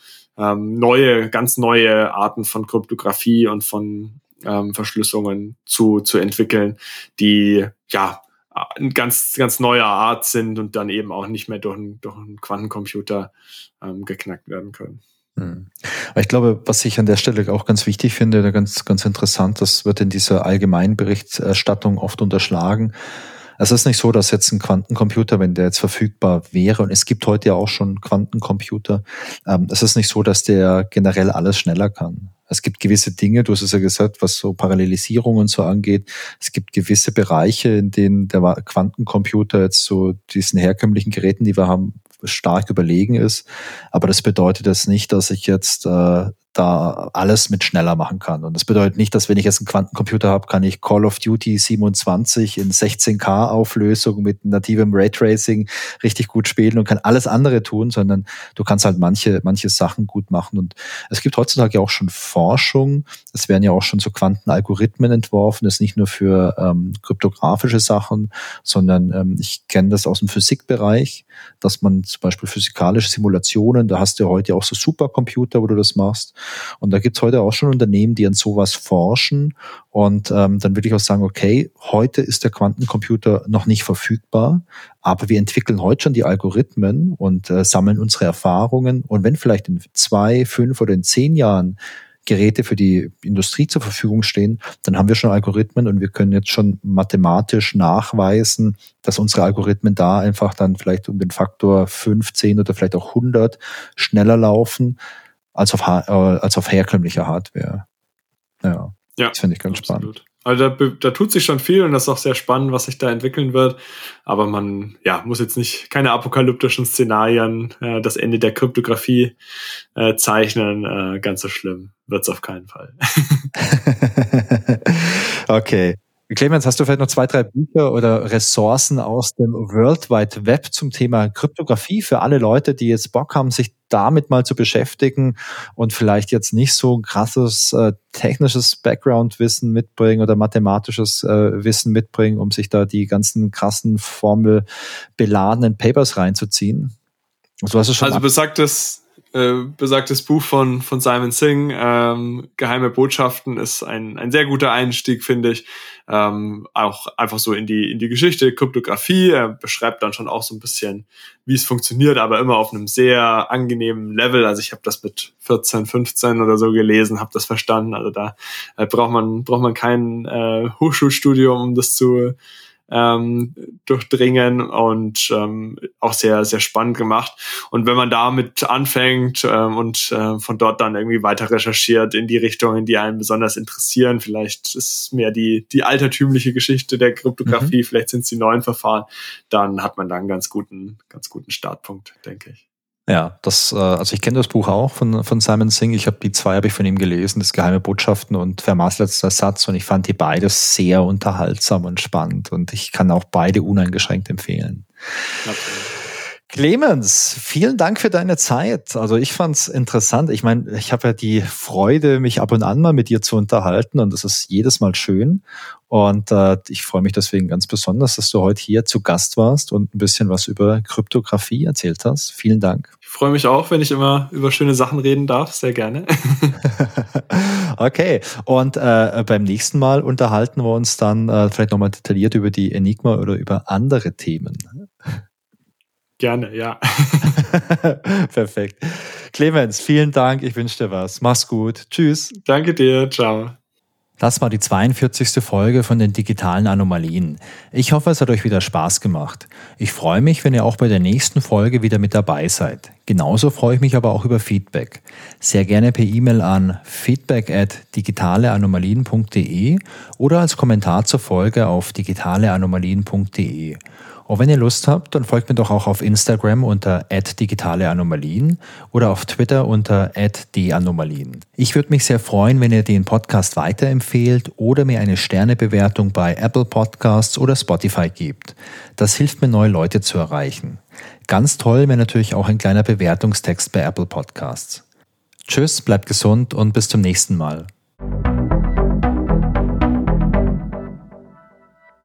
ganz neue Arten von Kryptographie und von Verschlüsselungen zu entwickeln, die eine ganz neue Art sind und dann eben auch nicht mehr durch einen Quantencomputer geknackt werden können. Aber ich glaube, was ich an der Stelle auch ganz wichtig finde, oder ganz interessant, das wird in dieser Allgemeinberichterstattung oft unterschlagen. Es ist nicht so, dass jetzt ein Quantencomputer, wenn der jetzt verfügbar wäre, und es gibt heute ja auch schon Quantencomputer, es ist nicht so, dass der generell alles schneller kann. Es gibt gewisse Dinge, du hast es ja gesagt, was so Parallelisierung und so angeht. Es gibt gewisse Bereiche, in denen der Quantencomputer jetzt so diesen herkömmlichen Geräten, die wir haben, stark überlegen ist. Aber das bedeutet jetzt nicht, dass ich jetzt da alles mit schneller machen kann. Und das bedeutet nicht, dass wenn ich jetzt einen Quantencomputer habe, kann ich Call of Duty 27 in 16K Auflösung mit nativem Raytracing richtig gut spielen und kann alles andere tun, sondern du kannst halt manche Sachen gut machen. Und es gibt heutzutage ja auch schon Forschung. Es werden ja auch schon so Quantenalgorithmen entworfen. Das ist nicht nur für kryptografische Sachen, sondern ich kenne das aus dem Physikbereich, dass man zum Beispiel physikalische Simulationen, da hast du ja heute auch so Supercomputer, wo du das machst. Und da gibt's heute auch schon Unternehmen, die an sowas forschen. Und dann würde ich auch sagen, okay, heute ist der Quantencomputer noch nicht verfügbar, aber wir entwickeln heute schon die Algorithmen und sammeln unsere Erfahrungen. Und wenn vielleicht in 2, 5 oder in 10 Jahren Geräte für die Industrie zur Verfügung stehen, dann haben wir schon Algorithmen und wir können jetzt schon mathematisch nachweisen, dass unsere Algorithmen da einfach dann vielleicht um den Faktor 15 oder vielleicht auch 100 schneller laufen als auf herkömmlicher Hardware. Ja, das finde ich ganz spannend. Also da tut sich schon viel und das ist auch sehr spannend, was sich da entwickeln wird. Aber man muss jetzt keine apokalyptischen Szenarien, das Ende der Kryptographie zeichnen. Ganz so schlimm wird's auf keinen Fall. Okay. Clemens, hast du vielleicht noch 2, 3 Bücher oder Ressourcen aus dem World Wide Web zum Thema Kryptographie für alle Leute, die jetzt Bock haben, sich damit mal zu beschäftigen und vielleicht jetzt nicht so ein krasses technisches Background-Wissen mitbringen oder mathematisches Wissen mitbringen, um sich da die ganzen krassen formelbeladenen Papers reinzuziehen? Also, hast du schon besagtes Buch von Simon Singh, Geheime Botschaften, ist ein sehr guter Einstieg, finde ich. Auch einfach so in die Geschichte der Kryptographie. Er beschreibt dann schon auch so ein bisschen, wie es funktioniert, aber immer auf einem sehr angenehmen Level. Also ich habe das mit 14, 15 oder so gelesen, habe das verstanden. Also da braucht man kein Hochschulstudium, um das zu durchdringen, und auch sehr, sehr spannend gemacht. Und wenn man damit anfängt und von dort dann irgendwie weiter recherchiert in die Richtungen, die einen besonders interessieren, vielleicht ist mehr die altertümliche Geschichte der Kryptographie, vielleicht sind es die neuen Verfahren, dann hat man da einen ganz guten Startpunkt, denke ich. Ja, also ich kenne das Buch auch von Simon Singh. Die 2 habe ich von ihm gelesen, das Geheime Botschaften und Fermats letzter Satz, und ich fand die beide sehr unterhaltsam und spannend und ich kann auch beide uneingeschränkt empfehlen. Absolut. Clemens, vielen Dank für deine Zeit. Also ich fand's interessant. Ich meine, ich habe ja die Freude, mich ab und an mal mit dir zu unterhalten, und das ist jedes Mal schön. Und ich freue mich deswegen ganz besonders, dass du heute hier zu Gast warst und ein bisschen was über Kryptographie erzählt hast. Vielen Dank. Ich freue mich auch, wenn ich immer über schöne Sachen reden darf. Sehr gerne. Okay, und beim nächsten Mal unterhalten wir uns dann vielleicht nochmal detailliert über die Enigma oder über andere Themen. Gerne, ja. Perfekt. Clemens, vielen Dank. Ich wünsche dir was. Mach's gut. Tschüss. Danke dir. Ciao. Das war die 42. Folge von den digitalen Anomalien. Ich hoffe, es hat euch wieder Spaß gemacht. Ich freue mich, wenn ihr auch bei der nächsten Folge wieder mit dabei seid. Genauso freue ich mich aber auch über Feedback. Sehr gerne per E-Mail an feedback@digitaleanomalien.de oder als Kommentar zur Folge auf digitaleanomalien.de. Und wenn ihr Lust habt, dann folgt mir doch auch auf Instagram unter @digitaleanomalien oder auf Twitter unter @danomalien. Ich würde mich sehr freuen, wenn ihr den Podcast weiterempfehlt oder mir eine Sternebewertung bei Apple Podcasts oder Spotify gebt. Das hilft mir, neue Leute zu erreichen. Ganz toll wäre natürlich auch ein kleiner Bewertungstext bei Apple Podcasts. Tschüss, bleibt gesund und bis zum nächsten Mal.